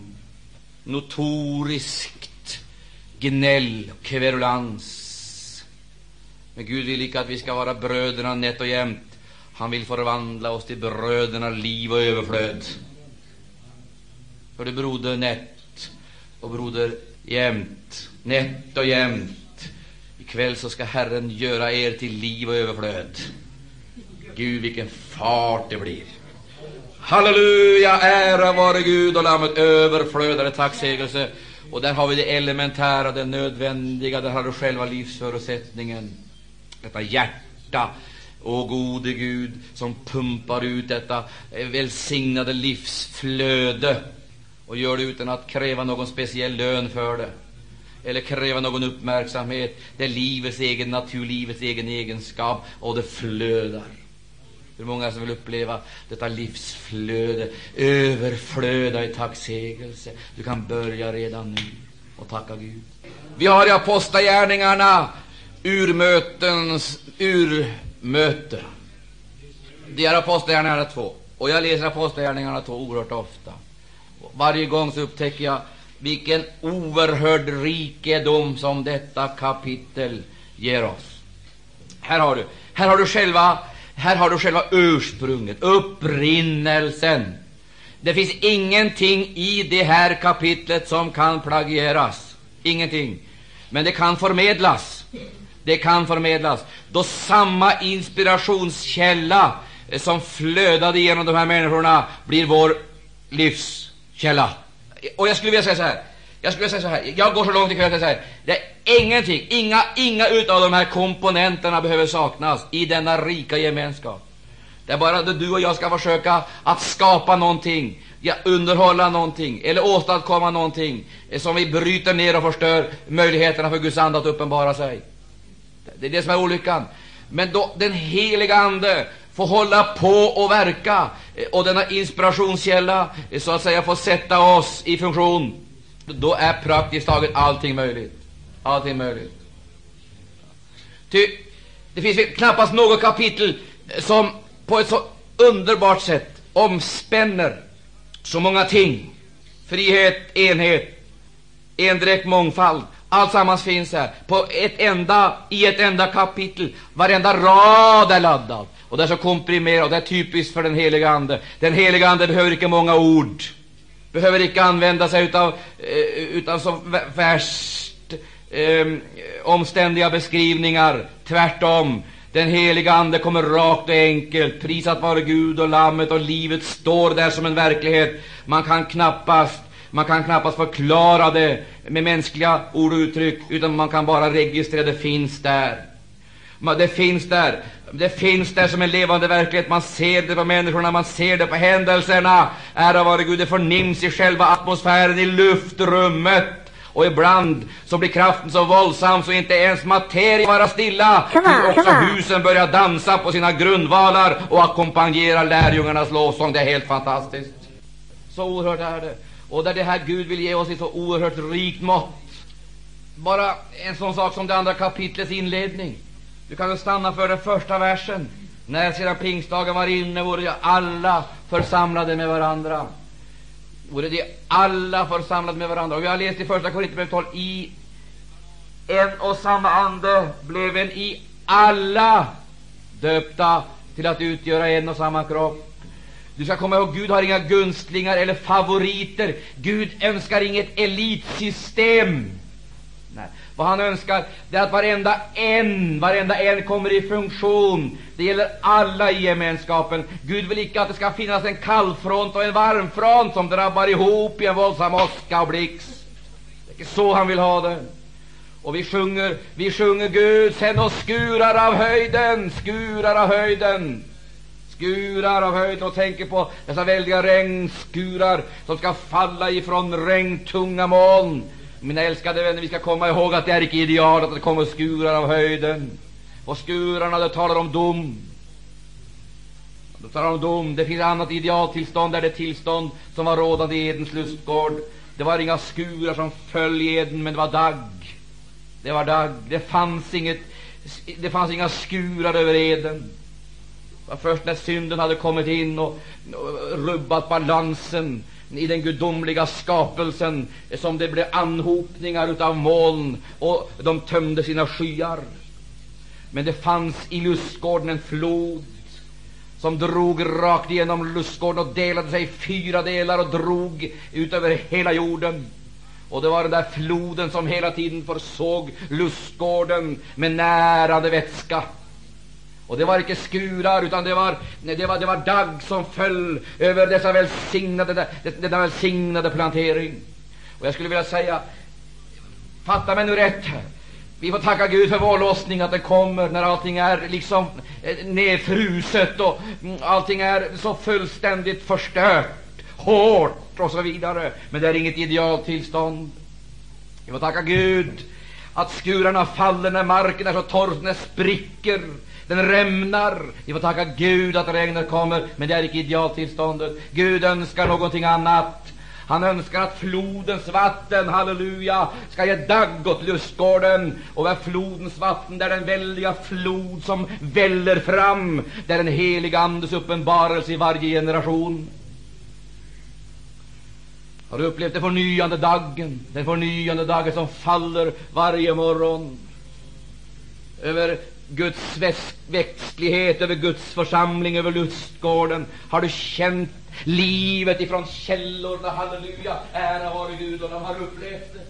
Notoriskt gnäll och kverulans. Men Gud vill inte att vi ska vara bröderna nätt och jämnt. Han vill förvandla oss till bröderna liv och överflöd. För det broder nätt och broder jämnt. Nätt och jämnt. Ikväll så ska Herren göra er till liv och överflöd. Gud, vilken fart det blir. Halleluja, ära vare Gud och Lammet. Överflödare tacksägelse. Och där har vi det elementära, det nödvändiga. Där har du själva livsförutsättningen. Detta hjärta, åh gode Gud, som pumpar ut detta välsignade livsflöde. Och gör det utan att kräva någon speciell lön för det. Eller kräva någon uppmärksamhet. Det är livets egen natur, livets egen egenskap. Och det flödar. Hur många som vill uppleva detta livsflöde överflöda i tacksägelse? Du kan börja redan nu och tacka Gud. Vi har i apostlagärningarna urmötens urmöte. Det är apostlagärningarna två. Och jag läser apostlagärningarna två oerhört ofta. Och varje gång så upptäcker jag vilken oerhörd rikedom som detta kapitel ger oss. Här har du, här har du själva Här har du själva ursprunget, upprinnelsen. Det finns ingenting i det här kapitlet som kan plagieras. Ingenting. Men det kan förmedlas. Det kan förmedlas. Då samma inspirationskälla som flödade genom de här människorna blir vår livskälla. Och jag skulle vilja säga så här. Jag skulle vilja säga så här. Jag går så långt ikväll att jag säger. Det är ingenting. Inga, inga utav de här komponenterna behöver saknas i denna rika gemenskap. Det är bara att du och jag ska försöka att skapa någonting, ja, underhålla någonting eller åstadkomma någonting som vi bryter ner och förstör möjligheterna för Guds ande att uppenbara sig. Det är det som är olyckan. Men då den heliga ande får hålla på och verka, och denna inspirationskälla så att säga får sätta oss i funktion, då är praktiskt taget allting möjligt. Allting möjligt. Ty det finns knappast något kapitel som på ett så underbart sätt omspänner så många ting. Frihet, enhet, endräkt, mångfald. Allt sammans finns här på ett enda, i ett enda kapitel. Varenda rad är laddad. Och det är så komprimerat, och det är typiskt för den heliga ande. Den heliga ande behöver inte många ord. Behöver inte använda sig utav, eh, utan så värst eh, omständiga beskrivningar. Tvärtom. Den heliga ande kommer rakt och enkelt. Prisat vare Gud och lammet, och livet står där som en verklighet. Man kan knappast Man kan knappast förklara det med mänskliga ord och uttryck, utan man kan bara registrera det finns där. Det finns där. Det finns där som en levande verklighet. Man ser det på människorna, man ser det på händelserna. Ära vare Gud, det förnims i själva atmosfären, i luftrummet. Och ibland så blir kraften så våldsam så inte ens materia vara stilla. On, också husen börjar dansa på sina grundvalar och ackompanjera lärjungarnas lovsång. Det är helt fantastiskt. Så oerhört är det. Och där det här Gud vill ge oss i så oerhört rikt mått. Bara en sån sak som det andra kapitlets inledning. Du kan stanna för den första versen. När sedan pingstdagen var inne vore de alla församlade med varandra. Vore de alla församlade med varandra. Och vi har läst i första Korinthierbrevet tolv. I en och samma ande blev en i alla döpta till att utgöra en och samma kropp. Du ska komma ihåg, Gud har inga gunstlingar eller favoriter. Gud önskar inget elitsystem. Nej. Vad han önskar, det är att varenda en, varenda en kommer i funktion. Det gäller alla i gemenskapen. Gud vill inte att det ska finnas en kallfront och en varmfront som drabbar ihop i en våldsam åska och blixt. Det är inte så han vill ha det. Och vi sjunger, vi sjunger Gud, sänd oss skurar av höjden, skurar av höjden. Skurar av höjden, och tänker på dessa väldiga regnskurar som ska falla ifrån regntunga moln. Mina älskade vänner, vi ska komma ihåg att det är inte ideal att det kommer skurar av höjden. Och skurarna, det talar om dom. Det talar om dom. Det finns annat idealtillstånd, där det tillstånd som var rådande i Edens lustgård. Det var inga skurar som föll i Eden, men det var dagg. Det var dagg. Det fanns inget, det fanns inga skurar över Eden. Det var först när synden hade kommit in och, och rubbat balansen i den gudomliga skapelsen som det blev anhopningar utav moln, och de tömde sina skyar. Men det fanns i lustgården en flod som drog rakt igenom lustgården och delade sig i fyra delar och drog ut över hela jorden. Och det var den där floden som hela tiden försåg lustgården med närande vätska. Och det var inte skurar, utan det var, det var, det var dagg som föll över dessa välsignade, denna välsignade plantering. Och jag skulle vilja säga, fatta mig nu rätt här. Vi får tacka Gud för vår lossning, att det kommer när allting är liksom nedfruset och allting är så fullständigt förstört, hårt och så vidare. Men det är inget idealtillstånd. Vi får tacka Gud att skurarna faller när marken är så torr, när spricker, den rämnar. Vi får tacka Gud att regnet kommer, men det är inte idealtillståndet. Gud önskar någonting annat. Han önskar att flodens vatten, halleluja, ska ge dagg åt lustgården. Och vad flodens vatten, där den väldiga flod som väller fram, där en helig andes uppenbarelse i varje generation. Har du upplevt den förnyande dagen, den förnyande dagen som faller varje morgon? över Guds växtlighet, över Guds församling, över lustgården? Har du känt livet ifrån källorna? Halleluja, ära vare Gud, och de har upplevt det.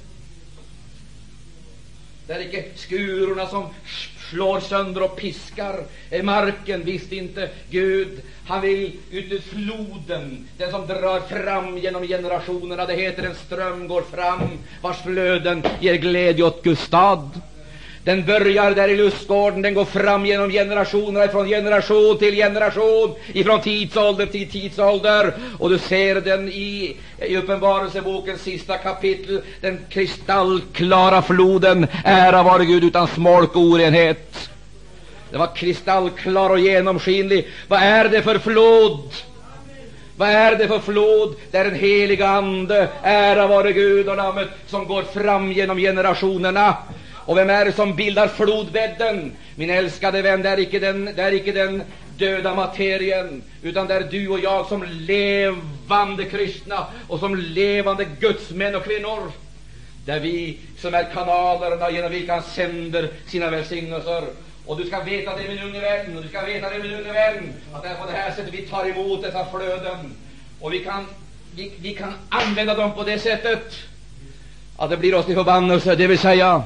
Det är icke skurorna som slår sönder och piskar marken, visst inte. Gud, han vill ut ur floden, den som drar fram genom generationerna. Det heter en ström går fram, vars flöden ger glädje åt Guds stad. Den börjar där i lustgården, den går fram genom generationerna, från generation till generation, ifrån tidsålder till tidsålder. Och du ser den i, i Uppenbarelsebokens sista kapitel, den kristallklara floden, ära vare Gud, utan smolk och orenhet. Det var kristallklar och genomskinlig. Vad är det för flod? Vad är det för flod? Det är en helig ande, ära vare Gud och Lammet, som går fram genom generationerna. Och vem är det som bildar flodbädden? Min älskade vän, det är icke den, det är icke den döda materien, utan det är du och jag som levande kristna och som levande gudsmän och kvinnor. Där vi som är kanalerna genom vilka han sänder sina välsignelser. Och du ska veta det, min unge vän, och du ska veta det, min unge vän, att det är på det här sättet vi tar emot dessa flöden. Och vi kan, vi, vi kan använda dem på det sättet att det blir oss till förbannelse, det vill säga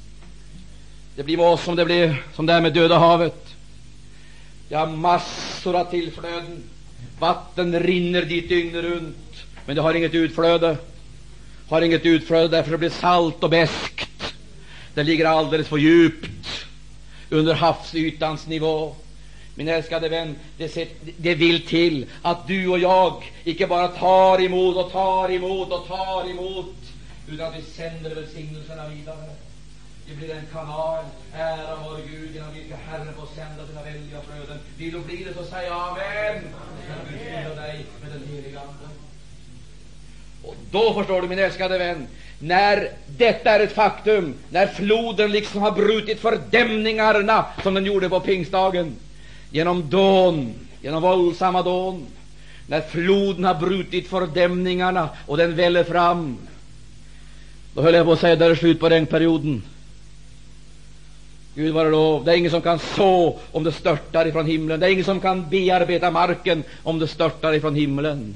det blir med oss som det blir som det är med Döda havet. Det har massor av tillflöden. Vatten rinner dit dygnet runt, men det har inget utflöde. Har inget utflöde därför det blir salt och beskt. Det ligger alldeles för djupt under havsytans nivå. Min älskade vän, det, det vill till att du och jag icke bara tar emot och tar emot och tar emot, utan att vi sänder välsignelserna vidare. Det blir en kanal, ära vare Gud, genom vilka Herren får sända sina väldiga flöden. Vill du bli det, så säg amen. Jag vill fylla dig med den heliga anden. Och då förstår du, min älskade vän, när detta är ett faktum, när floden liksom har brutit fördämningarna som den gjorde på pingstdagen, genom dån, genom våldsamma dån, när floden har brutit fördämningarna och den väller fram, då höll jag på att säga, där är slut på regnperioden. Gud vare lov. Det är ingen som kan så om det störtar ifrån himlen. Det är ingen som kan bearbeta marken om det störtar ifrån himlen.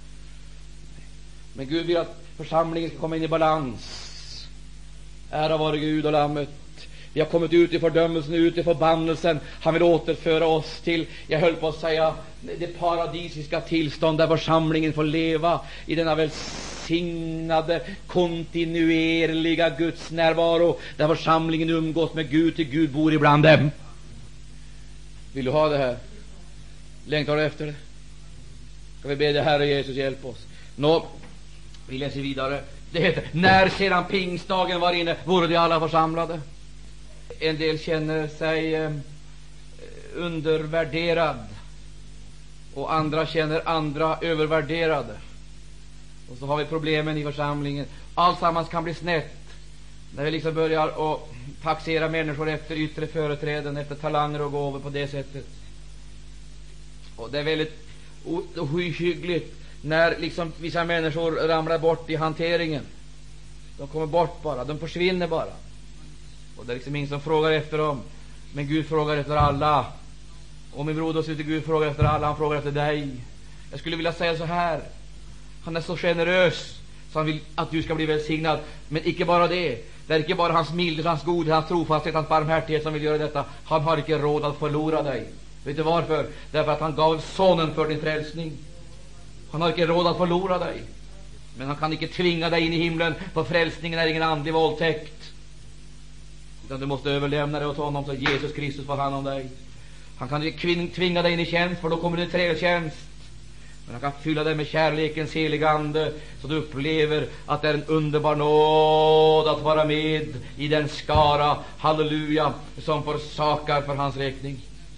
Men Gud vill att församlingen ska komma in i balans. Ära vare Gud och Lammet. Vi har kommit ut i fördömelsen, ut i förbannelsen. Han vill återföra oss till, jag höll på att säga, det paradisiska tillstånd där församlingen får leva i denna välsignade, kontinuerliga Guds närvaro, där församlingen umgås med Gud till Gud bor ibland dem. Vill du ha det här? Längtar du efter det? Ska vi be det, Herre Jesus, hjälp oss. Nå, vi läser vidare. Det heter, när sedan pingstdagen var inne, vore de alla församlade. En del känner sig eh, undervärderad, och andra känner andra övervärderade. Och så har vi problemen i församlingen. Allsammans kan bli snett när vi liksom börjar att taxera människor efter yttre företräden, efter talanger och gåvor på det sättet. Och det är väldigt ohyggligt när liksom vissa människor ramlar bort i hanteringen. De kommer bort bara, de försvinner bara. Och det är liksom ingen som frågar efter dem. Men Gud frågar efter alla. Och min broder så Gud frågar efter alla, han frågar efter dig. Jag skulle vilja säga så här: han är så generös så han vill att du ska bli välsignad. Men icke bara det. Det är icke bara hans mildhet, hans godhet, hans trofasthet, hans barmhärtighet som vill göra detta. Han har icke råd att förlora dig. Vet du varför? Därför att han gav sonen för din frälsning. Han har icke råd att förlora dig. Men han kan icke tvinga dig in i himlen, för frälsningen är ingen andlig våldtäkt. Utan du måste överlämna dig åt honom, så Jesus Kristus får hand om dig. Han kan inte tvinga dig in i tjänst, för då kommer du i trältjänst. Men han kan fylla dig med kärlekens heliga ande, så du upplever att det är en underbar nåd att vara med i den skara, halleluja, som försakar för hans räkning.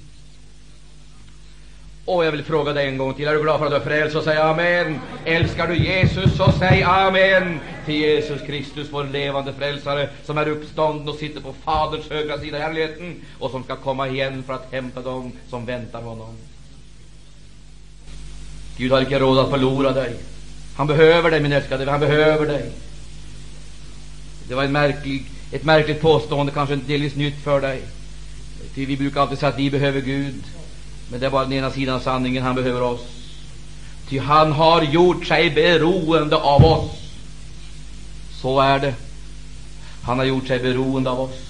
Och jag vill fråga dig en gång till: är du glad för att du är frälst? Så säg amen. Älskar du Jesus? Så säg amen till Jesus Kristus, vår levande frälsare, som är uppstånden och sitter på Faderns högra sida i härligheten, och som ska komma igen för att hämta dem som väntar på honom. Gud har inte råd att förlora dig. Han behöver dig, min älskade. Han behöver dig. Det var en märklig, ett märkligt påstående, kanske inte delvis nytt för dig. Ty vi brukar alltid säga att vi behöver Gud, men det är bara den ena sidan av sanningen. Han behöver oss. Ty han har gjort sig beroende av oss. Så är det. Han har gjort sig beroende av oss.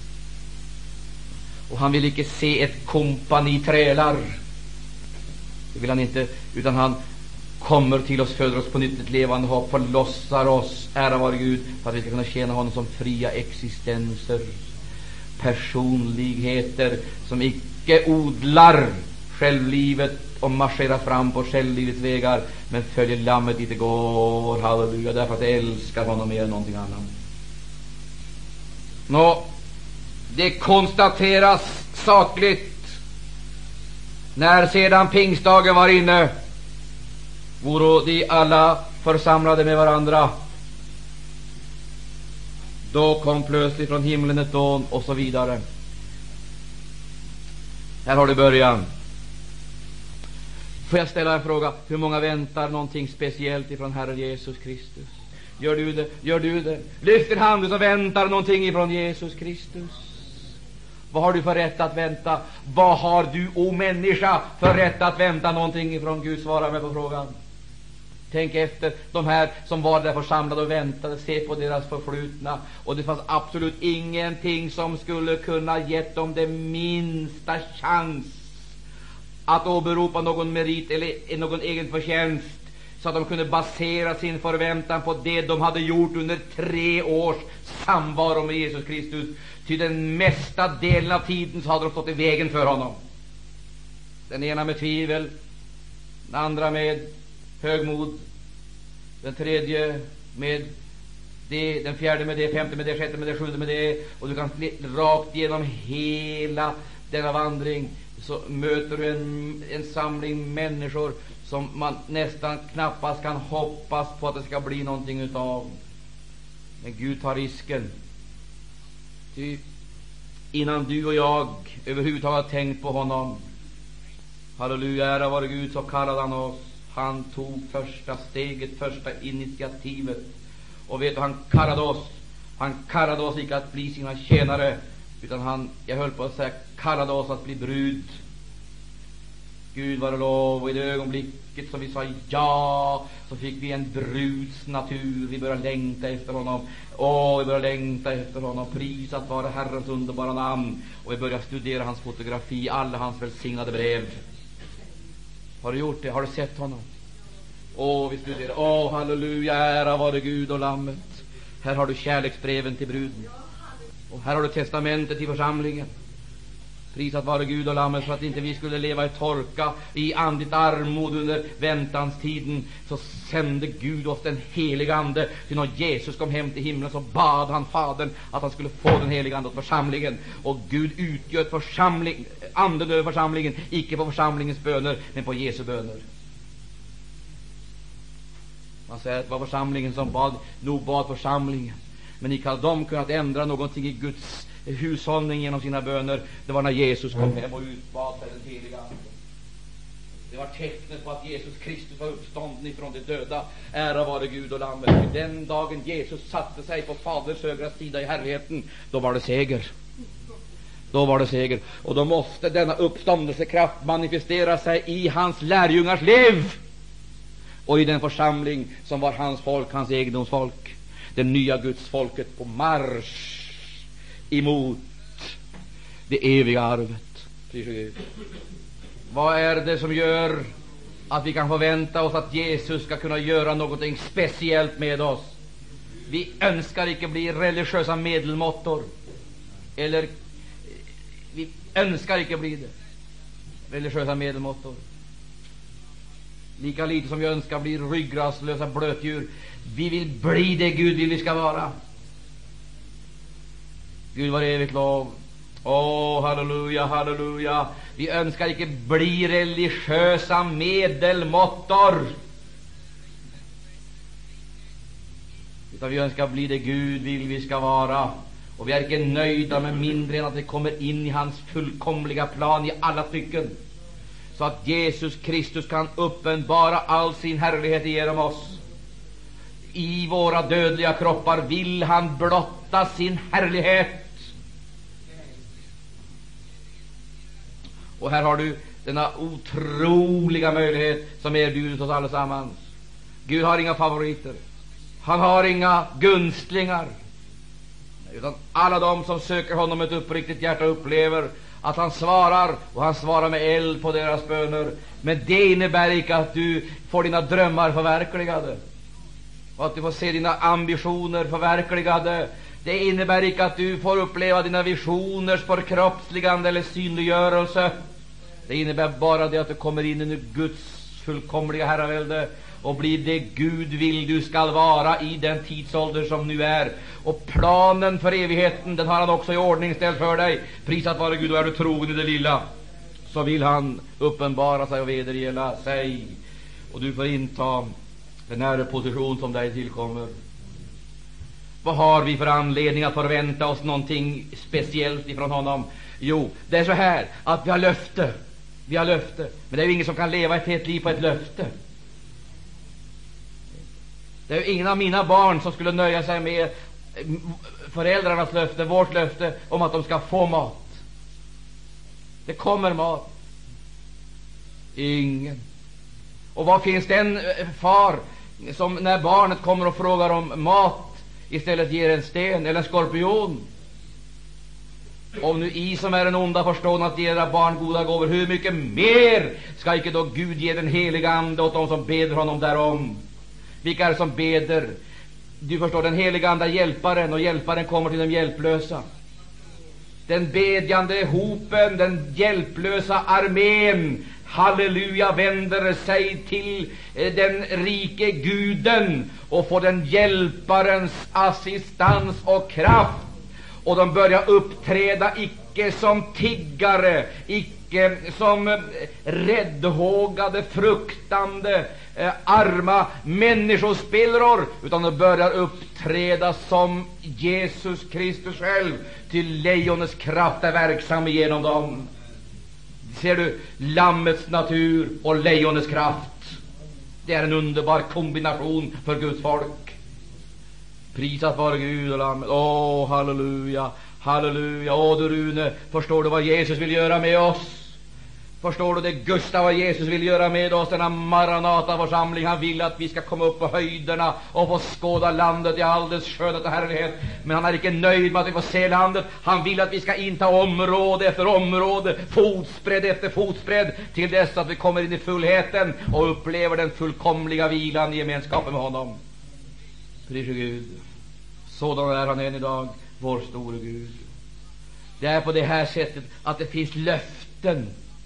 Och han vill inte se ett kompani trälar. Det vill han inte, utan han kommer till oss, föder oss på nytt ett levande hopp, förlossar oss, ära vare Gud, för att vi ska kunna tjäna honom som fria existenser, personligheter som icke odlar självlivet och marscherar fram på självlivets vägar, men följer lammet dit det går, halleluja, därför att de älskar honom mer än någonting annat. Nå, det konstateras sakligt när sedan pingstdagen var inne, voro de alla församlade med varandra. Då kom plötsligt från himlen ett dån, och så vidare. Här har det början. Får jag ställa en fråga? Hur många väntar någonting speciellt ifrån Herre Jesus Kristus? Gör du det? Gör du det? Lyft din hand och väntar någonting ifrån Jesus Kristus. Vad har du för rätt att vänta? Vad har du, o människa, för rätt att vänta någonting ifrån Gud? Svara mig på frågan. Tänk efter, de här som var där församlade och väntade, se på deras förflutna, och det fanns absolut ingenting som skulle kunna gett dem det minsta chans att åberopa någon merit eller någon egen förtjänst, så att de kunde basera sin förväntan på det de hade gjort under tre års samvaro med Jesus Kristus. Till den mesta delen av tiden så hade de stått i vägen för honom. Den ena med tvivel, den andra med högmod, den tredje med det, den fjärde med det, femte med det, sjätte med det, sjunde med det, och du kan rakt igenom hela denna vandring så möter du en, en samling människor som man nästan knappast kan hoppas på att det ska bli någonting utav. Men Gud tar risken. Ty innan du och jag överhuvudtaget har tänkt på honom, halleluja, ära vare Gud, så kallade han oss. Han tog första steget, första initiativet. Och vet du, han kallade oss. Han kallade oss inte att bli sina tjänare, utan han, jag höll på att säga, kallade oss att bli brud. Gud var lov, och i det ögonblicket som vi sa ja, så fick vi en bruds natur. Vi började längta efter honom. Åh, vi började längta efter honom. Prisat vare Herrens underbara namn. Och vi började studera hans fotografi, alla hans välsignade brev. Har du gjort det? Har du sett honom? Åh, vi studerar. Åh, halleluja, ära vare Gud och lammet. Här har du kärleksbreven till bruden. Och här har du testamentet till församlingen. Prisat vare Gud och lammet, för att inte vi skulle leva i torka, i andligt armod under väntanstiden, så sände Gud oss den heliga ande. Till när Jesus kom hem till himlen så bad han Fadern att han skulle få den heliga ande åt församlingen. Och Gud utgör församling, anden över församlingen, icke på församlingens böner, men på Jesu böner. Man säger att det var församlingen som bad, nog bad församlingen. Men icke hade de kunnat ändra någonting i Guds hushållning genom sina böner. Det var när Jesus kom hem och utbad sig den heliga ande. Det var tecknet på att Jesus Kristus var uppstånden ifrån de döda. Ära vare Gud och lammet. Den dagen Jesus satte sig på Faderns högra sida i härligheten, då var det seger. Då var det seger. Och då måste denna uppståndelsekraft manifestera sig i hans lärjungars liv och i den församling som var hans folk, hans egendomsfolk, det nya Guds folket på marsch emot det eviga arvet. Vad är det som gör att vi kan förvänta oss att Jesus ska kunna göra någonting speciellt med oss? Vi önskar inte bli religiösa medelmåttor, eller vi önskar inte bli det, religiösa medelmåttor. Lika lite som vi önskar bli ryggraslösa blötdjur. Vi vill bli det Gud vill vi ska vara. Gud var evigt lov. Åh, halleluja, halleluja. Vi önskar inte bli religiösa medelmåttor, utan vi önskar bli det Gud vill vi ska vara. Och vi är inte nöjda med mindre än att vi kommer in i hans fullkomliga plan i alla stycken, så att Jesus Kristus kan uppenbara all sin härlighet genom oss. I våra dödliga kroppar vill han blotta sin härlighet. Och här har du denna otroliga möjlighet som erbjuds oss allesammans. Gud har inga favoriter. Han har inga gunstlingar. Utan alla de som söker honom med ett uppriktigt hjärta upplever att han svarar, och han svarar med eld på deras böner. Men det innebär inte att du får dina drömmar förverkligade och att du får se dina ambitioner förverkligade. Det innebär inte att du får uppleva dina visioners förkroppsligande eller synliggörelse. Det innebär bara det att du kommer in i Guds fullkomliga herravälde och blir det Gud vill du skall vara i den tidsålder som nu är. Och planen för evigheten, den har han också i ordning ställd för dig. Prisat vare Gud, och är du trogen i det lilla, så vill han uppenbara sig och vedergälla sig. Och du får inta den här position som dig tillkommer. Vad har vi för anledning att förvänta oss någonting speciellt ifrån honom? Jo, det är så här att vi har löfte. Vi har löfte. Men det är ju ingen som kan leva ett helt liv på ett löfte. Det är ju ingen av mina barn som skulle nöja sig med föräldrarnas löfte, vårt löfte om att de ska få mat. Det kommer mat. Ingen. Och vad finns den far som när barnet kommer och frågar om mat istället ger en sten eller en skorpion? Om nu I som är en onda förstår att ge era barn goda gåvor, hur mycket mer ska icke då Gud ge den heliga ande åt de som beder honom därom? Vilka är det som beder? Du förstår, den heliga ande är hjälparen, och hjälparen kommer till de hjälplösa. Den bedjande hopen, den hjälplösa armén, halleluja, vänder sig till den rike guden och får den hjälparens assistans och kraft. Och de börjar uppträda icke som tiggare, icke som räddhågade, fruktande, eh, arma människospillror, utan de börjar uppträda som Jesus Kristus själv, till lejonets kraft är verksam genom dem. Ser du, lammets natur och lejonets kraft, det är en underbar kombination för Guds folk. Prisat vare Gud och lammet. Åh, oh, halleluja, halleluja. Åh, oh, du Rune, förstår du vad Jesus vill göra med oss? Förstår du det, Gustav, vad Jesus vill göra med oss, denna Maranata-församling? Han vill att vi ska komma upp på höjderna och få skåda landet i all dess skönhet och härlighet. Men han är inte nöjd med att vi får se landet. Han vill att vi ska inta område efter område, fotsbredd efter fotsbredd, till dess att vi kommer in i fullheten och upplever den fullkomliga vilan i gemenskapen med honom. Pris Gud. Sådan är han än idag, vår store Gud. Det är på det här sättet att det finns löften.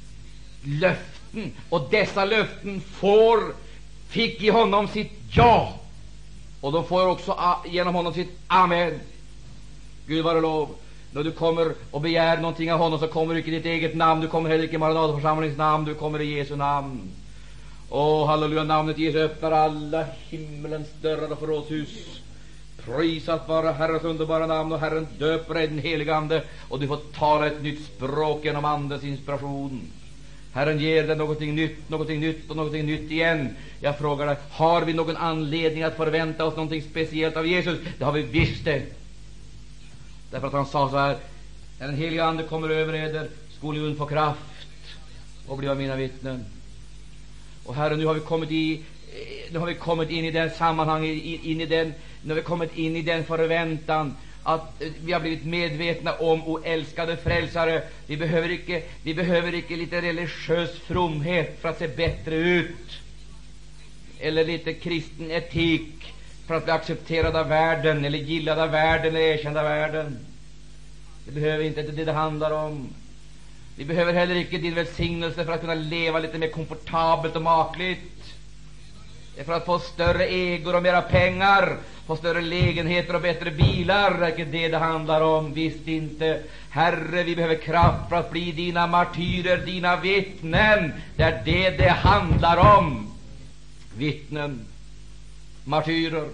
Löften. Och dessa löften får, fick i honom sitt ja. Och de får också genom honom sitt amen. Gud vare lov. När du kommer och begär någonting av honom, så kommer du inte i ditt eget namn. Du kommer heller inte i Maranataförsamlingens namn. Du kommer i Jesu namn. Åh, halleluja, namnet Jesus öppnar alla himmelens dörrar och förrådshus. Prisat vara Herrens underbara namn, och Herren döper dig den heliga ande, och du får tala ett nytt språk genom andens inspiration. Herren ger dig någonting nytt, någonting nytt och någonting nytt igen. Jag frågar dig, har vi någon anledning att förvänta oss någonting speciellt av Jesus? Det har vi visst det. Därför att han sa så här: när den heliga ande kommer över eder, skulle ni få kraft och bli mina vittnen. Och Herre, nu har vi kommit i nu har vi kommit in i den sammanhang, in, in i den nu har vi kommit in i den förväntan att vi har blivit medvetna om, o älskade frälsare, vi behöver icke vi behöver icke lite religiös fromhet för att se bättre ut, eller lite kristen etik för att bli accepterad av världen, eller gillad av världen, eller erkänd av världen. Det behöver inte, det är det det handlar om. Vi behöver heller icke din välsignelse för att kunna leva lite mer komfortabelt och makligt. Det är för att få större ägor och mera pengar, få större lägenheter och bättre bilar. Det är inte det det handlar om, visst inte. Herre, vi behöver kraft för att bli dina martyrer, dina vittnen. Det är det det handlar om. Vittnen, martyrer.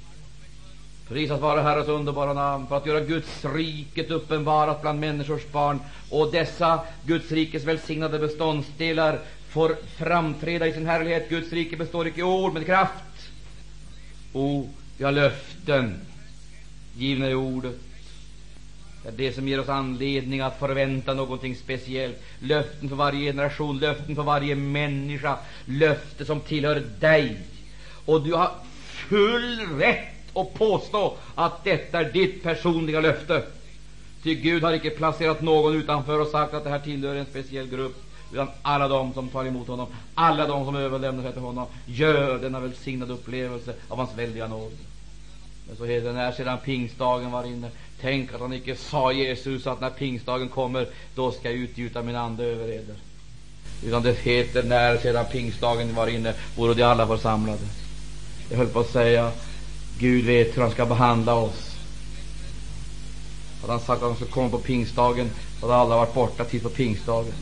Prisat vare Herrens underbara namn, för att göra Guds riket uppenbarat bland människors barn, och dessa Guds rikes välsignade beståndsdelar får framträda i sin härlighet. Guds rike består icke i ord, men kraft. Och vi har löften givna i ordet. Det är det som ger oss anledning att förvänta någonting speciellt. Löften för varje generation, löften för varje människa, löfte som tillhör dig. Och du har full rätt att påstå att detta är ditt personliga löfte. Ty Gud har icke placerat någon utanför och sagt att det här tillhör en speciell grupp, utan alla de som tar emot honom, alla de som överlämnar sig till honom, gör denna välsignade upplevelse av hans väldiga nåd. Men så heter det, när sedan pingstdagen var inne, tänk att han icke sa Jesus att när pingstdagen kommer, då ska jag utgjuta min ande över eder. Utan det heter, när sedan pingstdagen var inne, vore de alla församlade. Jag höll på att säga, Gud vet hur han ska behandla oss. Hade han sagt att han skulle komma på pingstdagen, hade alla varit borta tid på pingstdagen.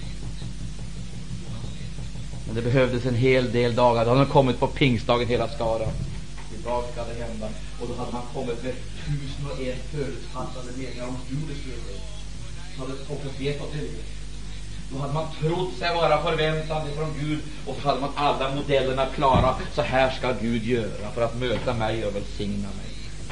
Men det behövdes en hel del dagar. Då hade han kommit på pingstdagen hela skaran. Idag ska det hända. Och då hade man kommit med tusen och en förutfattade meningar om hur det skulle ske. Så hade profetiet fått det. Då hade man trott sig vara förväntande från Gud, och så hade man alla modellerna klara. Så här ska Gud göra för att möta mig och välsigna mig.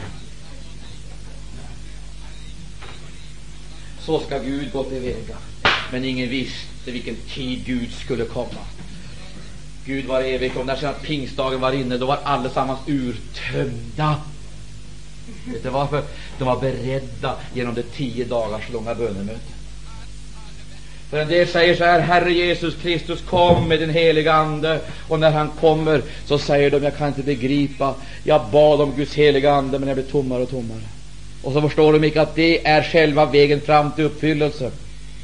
Så ska Gud gå till väga. Men ingen visste vilken tid Gud skulle komma. Gud var evig, och när sedan pingstdagen var inne, då var allesammans urtömda. Vet du varför? De var beredda genom det tio dagars långa bönemötet. För en del säger så här, Herre Jesus Kristus, kom med den heliga ande. Och när han kommer så säger de, jag kan inte begripa, jag bad om Guds heliga ande, men jag blir tommare och tommare. Och så förstår de inte att det är själva vägen fram till uppfyllelse.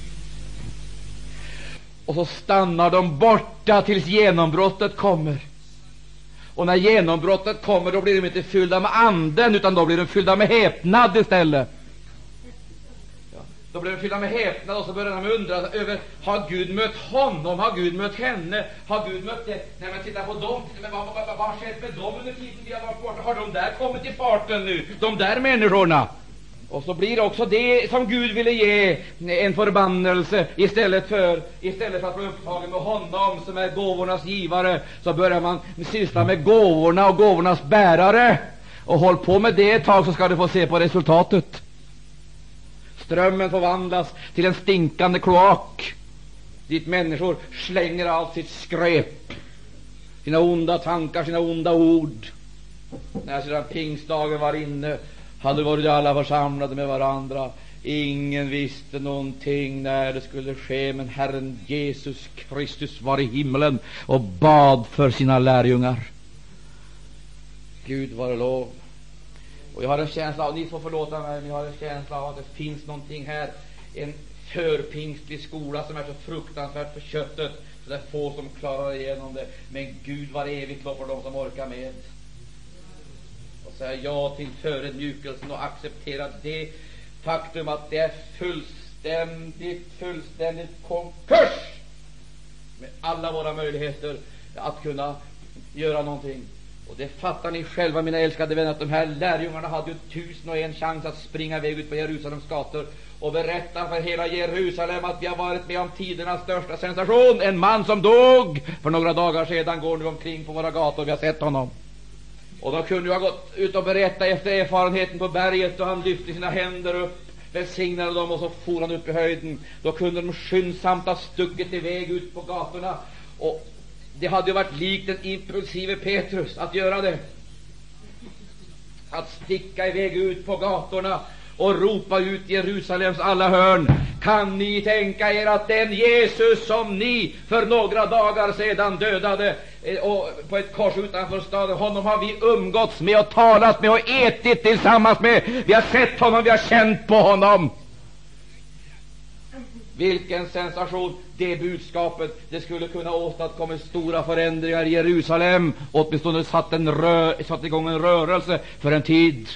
Och så stannar de borta tills genombrottet kommer. Och när genombrottet kommer, då blir de inte fyllda med anden, utan då blir de fyllda med häpnad istället. Ja, då blir de fyllda med häpnad, och så börjar de undra över, har Gud mött honom? Har Gud mött henne? Har Gud mött det? Nej, men titta på dem. Men vad, vad, vad, vad har skett med dem under tiden vi har varit borta? Har de där kommit i farten nu? De där människorna? Och så blir det också det som Gud ville ge en förbannelse. Istället för, istället för att bli upptagen med honom som är gåvornas givare, så börjar man syssla med gåvorna och gåvornas bärare. Och håll på med det ett tag, så ska du få se på resultatet. Strömmen förvandlas till en stinkande kloak, dit människor slänger allt sitt skräp, sina onda tankar, sina onda ord. När sedan pingstdagen var inne, hade varit alla församlade med varandra. Ingen visste någonting när det skulle ske, men Herren Jesus Kristus var i himlen och bad för sina lärjungar. Gud var lov. Och jag har en känsla av, ni får förlåta mig, men jag har en känsla av att det finns någonting här, en förpingstlig skola som är så fruktansvärt för köttet, så det är få som klarar igenom det. Men Gud var evigt lov för dem som orkar med. Säga ja till förödmjukelsen och acceptera det faktum att det är fullständigt, fullständigt konkurs med alla våra möjligheter att kunna göra någonting. Och det fattar ni själva, mina älskade vänner, att de här lärjungarna hade ju tusen och en chans att springa iväg ut på Jerusalems gator och berätta för hela Jerusalem att vi har varit med om tidernas största sensation. En man som dog för några dagar sedan går nu omkring på våra gator, vi har sett honom. Och de kunde ju ha gått ut och berätta efter erfarenheten på berget, och han lyfte sina händer upp, välsignade dem, och så for han upp i höjden. Då kunde de skyndsamt ha stuckit iväg ut på gatorna, och det hade ju varit likt den impulsive Petrus att göra det, att sticka iväg ut på gatorna och ropa ut Jerusalems alla hörn: kan ni tänka er att den Jesus som ni för några dagar sedan dödade och på ett kors utanför staden, honom har vi umgåtts med och talat med och ätit tillsammans med. Vi har sett honom, vi har känt på honom. Vilken sensation det budskapet! Det skulle kunna åstadkomma stora förändringar i Jerusalem, åtminstone satt, en rö- satt igång en rörelse för en tid.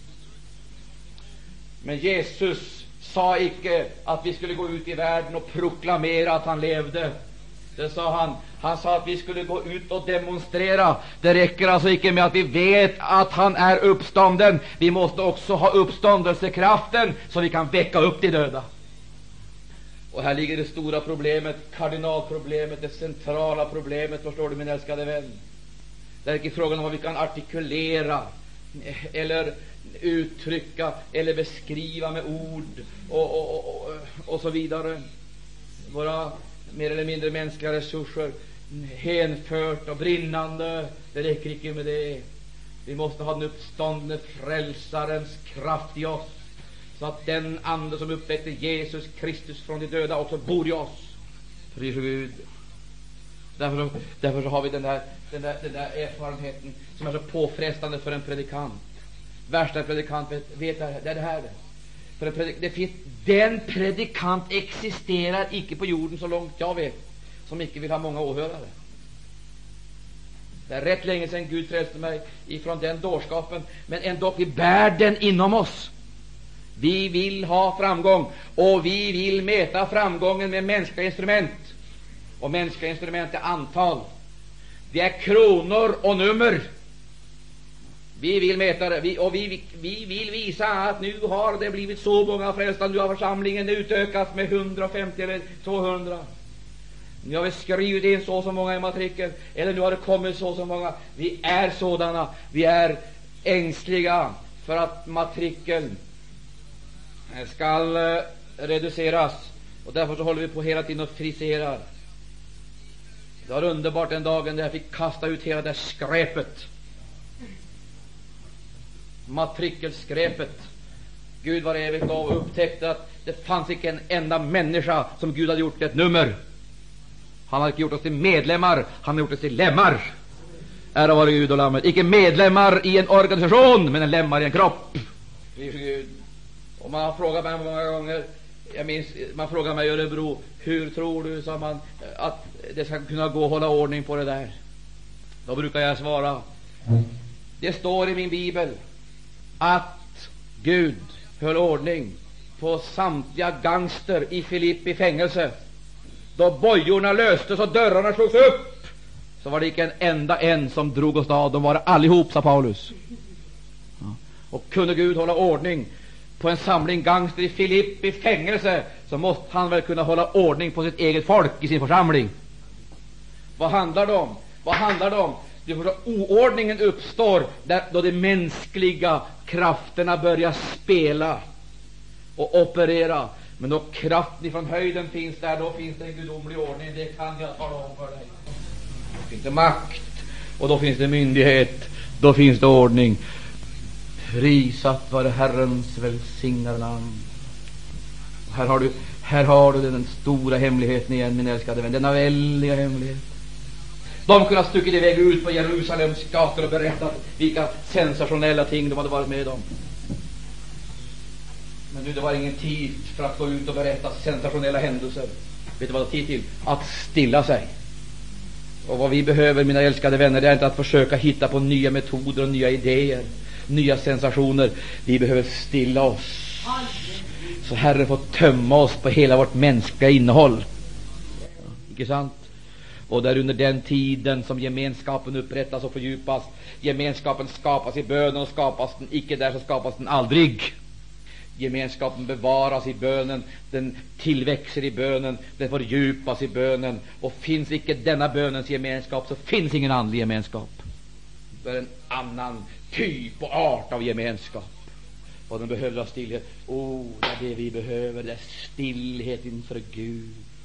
Men Jesus sa icke att vi skulle gå ut i världen och proklamera att han levde. Det sa han. Han sa att vi skulle gå ut och demonstrera. Det räcker alltså icke med att vi vet att han är uppstånden. Vi måste också ha uppståndelsekraften så vi kan väcka upp de döda. Och här ligger det stora problemet, kardinalproblemet, det centrala problemet, förstår du min älskade vän. Det är inte frågan om vad vi kan artikulera eller uttrycka eller beskriva med ord och, och, och, och så vidare. Våra mer eller mindre mänskliga resurser hänfört och brinnande, det räcker inte med det. Vi måste ha den uppståndne frälsarens kraft i oss, så att den ande som uppväckte Jesus Kristus från de döda också bor i oss. Pris Gud. Därför, därför så har vi den där, den, där, den där erfarenheten som är så påfrestande för en predikant. Värsta predikant vet, vet det, det är det här. För en predik, det finns, den predikant existerar icke på jorden så långt jag vet, som icke vill ha många åhörare. Det är rätt länge sedan Gud frälste mig ifrån den dårskapen, men ändå vi bär den inom oss. Vi vill ha framgång, och vi vill mäta framgången med mänskliga instrument. Och mänskliga instrument är antal. Det är kronor och nummer. Vi vill mäta det, vi, och vi, vi vill visa att nu har det blivit så många frälsta, nu har församlingen utökats med hundrafemtio eller tvåhundra. Nu har vi skrivit in så så många i matrikeln, eller nu har det kommit så så många. Vi är sådana, vi är ängsliga för att matrikeln skall uh, reduceras, och därför så håller vi på hela tiden och friserar. Det var underbart den dagen där jag fick kasta ut hela det skräpet, matrikelskräpet. Gud var evigt lov och upptäckte att det fanns inte en enda människa som Gud hade gjort ett nummer. Han hade inte gjort oss till medlemmar, han hade gjort oss till lemmar. Ära vare Gud och lammet. Icke medlemmar i en organisation, men en lemmar i en kropp. Gud. Och man har frågat mig många gånger, jag minns, man frågar mig i Örebro, hur tror du, sa man, att det ska kunna gå att hålla ordning på det där? Då brukar jag svara, det står i min bibel att Gud höll ordning på samtliga gangster i Filippi fängelse. Då bojorna löstes och dörrarna slogs upp, så var det inte en enda en som drog oss av. De var allihop, sa Paulus. Ja. Och kunde Gud hålla ordning på en samling gangster i Filippi fängelse, så måste han väl kunna hålla ordning på sitt eget folk i sin församling. Vad handlar det om? Vad handlar det om? Det är oordningen uppstår där, då de mänskliga krafterna börjar spela och operera. Men då kraften från höjden finns där, då finns det en gudomlig ordning. Det kan jag tala om för dig. Då finns det makt, och då finns det myndighet, då finns det ordning. Prisat vare Herrens välsignade namn. Här har du, här har du den stora hemligheten igen, min älskade vän. Denna väldiga hemlighet. De kunde ha stuckit iväg ut på Jerusalems gator och berättat vilka sensationella ting de hade varit med om. Men nu det var ingen tid för att gå ut och berätta sensationella händelser. Vet du vad det är tid till? Att stilla sig. Och vad vi behöver, mina älskade vänner, det är inte att försöka hitta på nya metoder och nya idéer, nya sensationer. Vi behöver stilla oss, så Herren får tömma oss på hela vårt mänskliga innehåll. Icke sant? Och där under den tiden som gemenskapen upprättas och fördjupas, gemenskapen skapas i bönen, och skapas den icke där, så skapas den aldrig. Gemenskapen bevaras i bönen, den tillväxer i bönen, den fördjupas i bönen, och finns icke denna bönens gemenskap, så finns ingen andlig gemenskap. Det är en annan typ och art av gemenskap. Och den behöver ha stillhet. Oh, det är det vi behöver, det är stillhet inför Gud.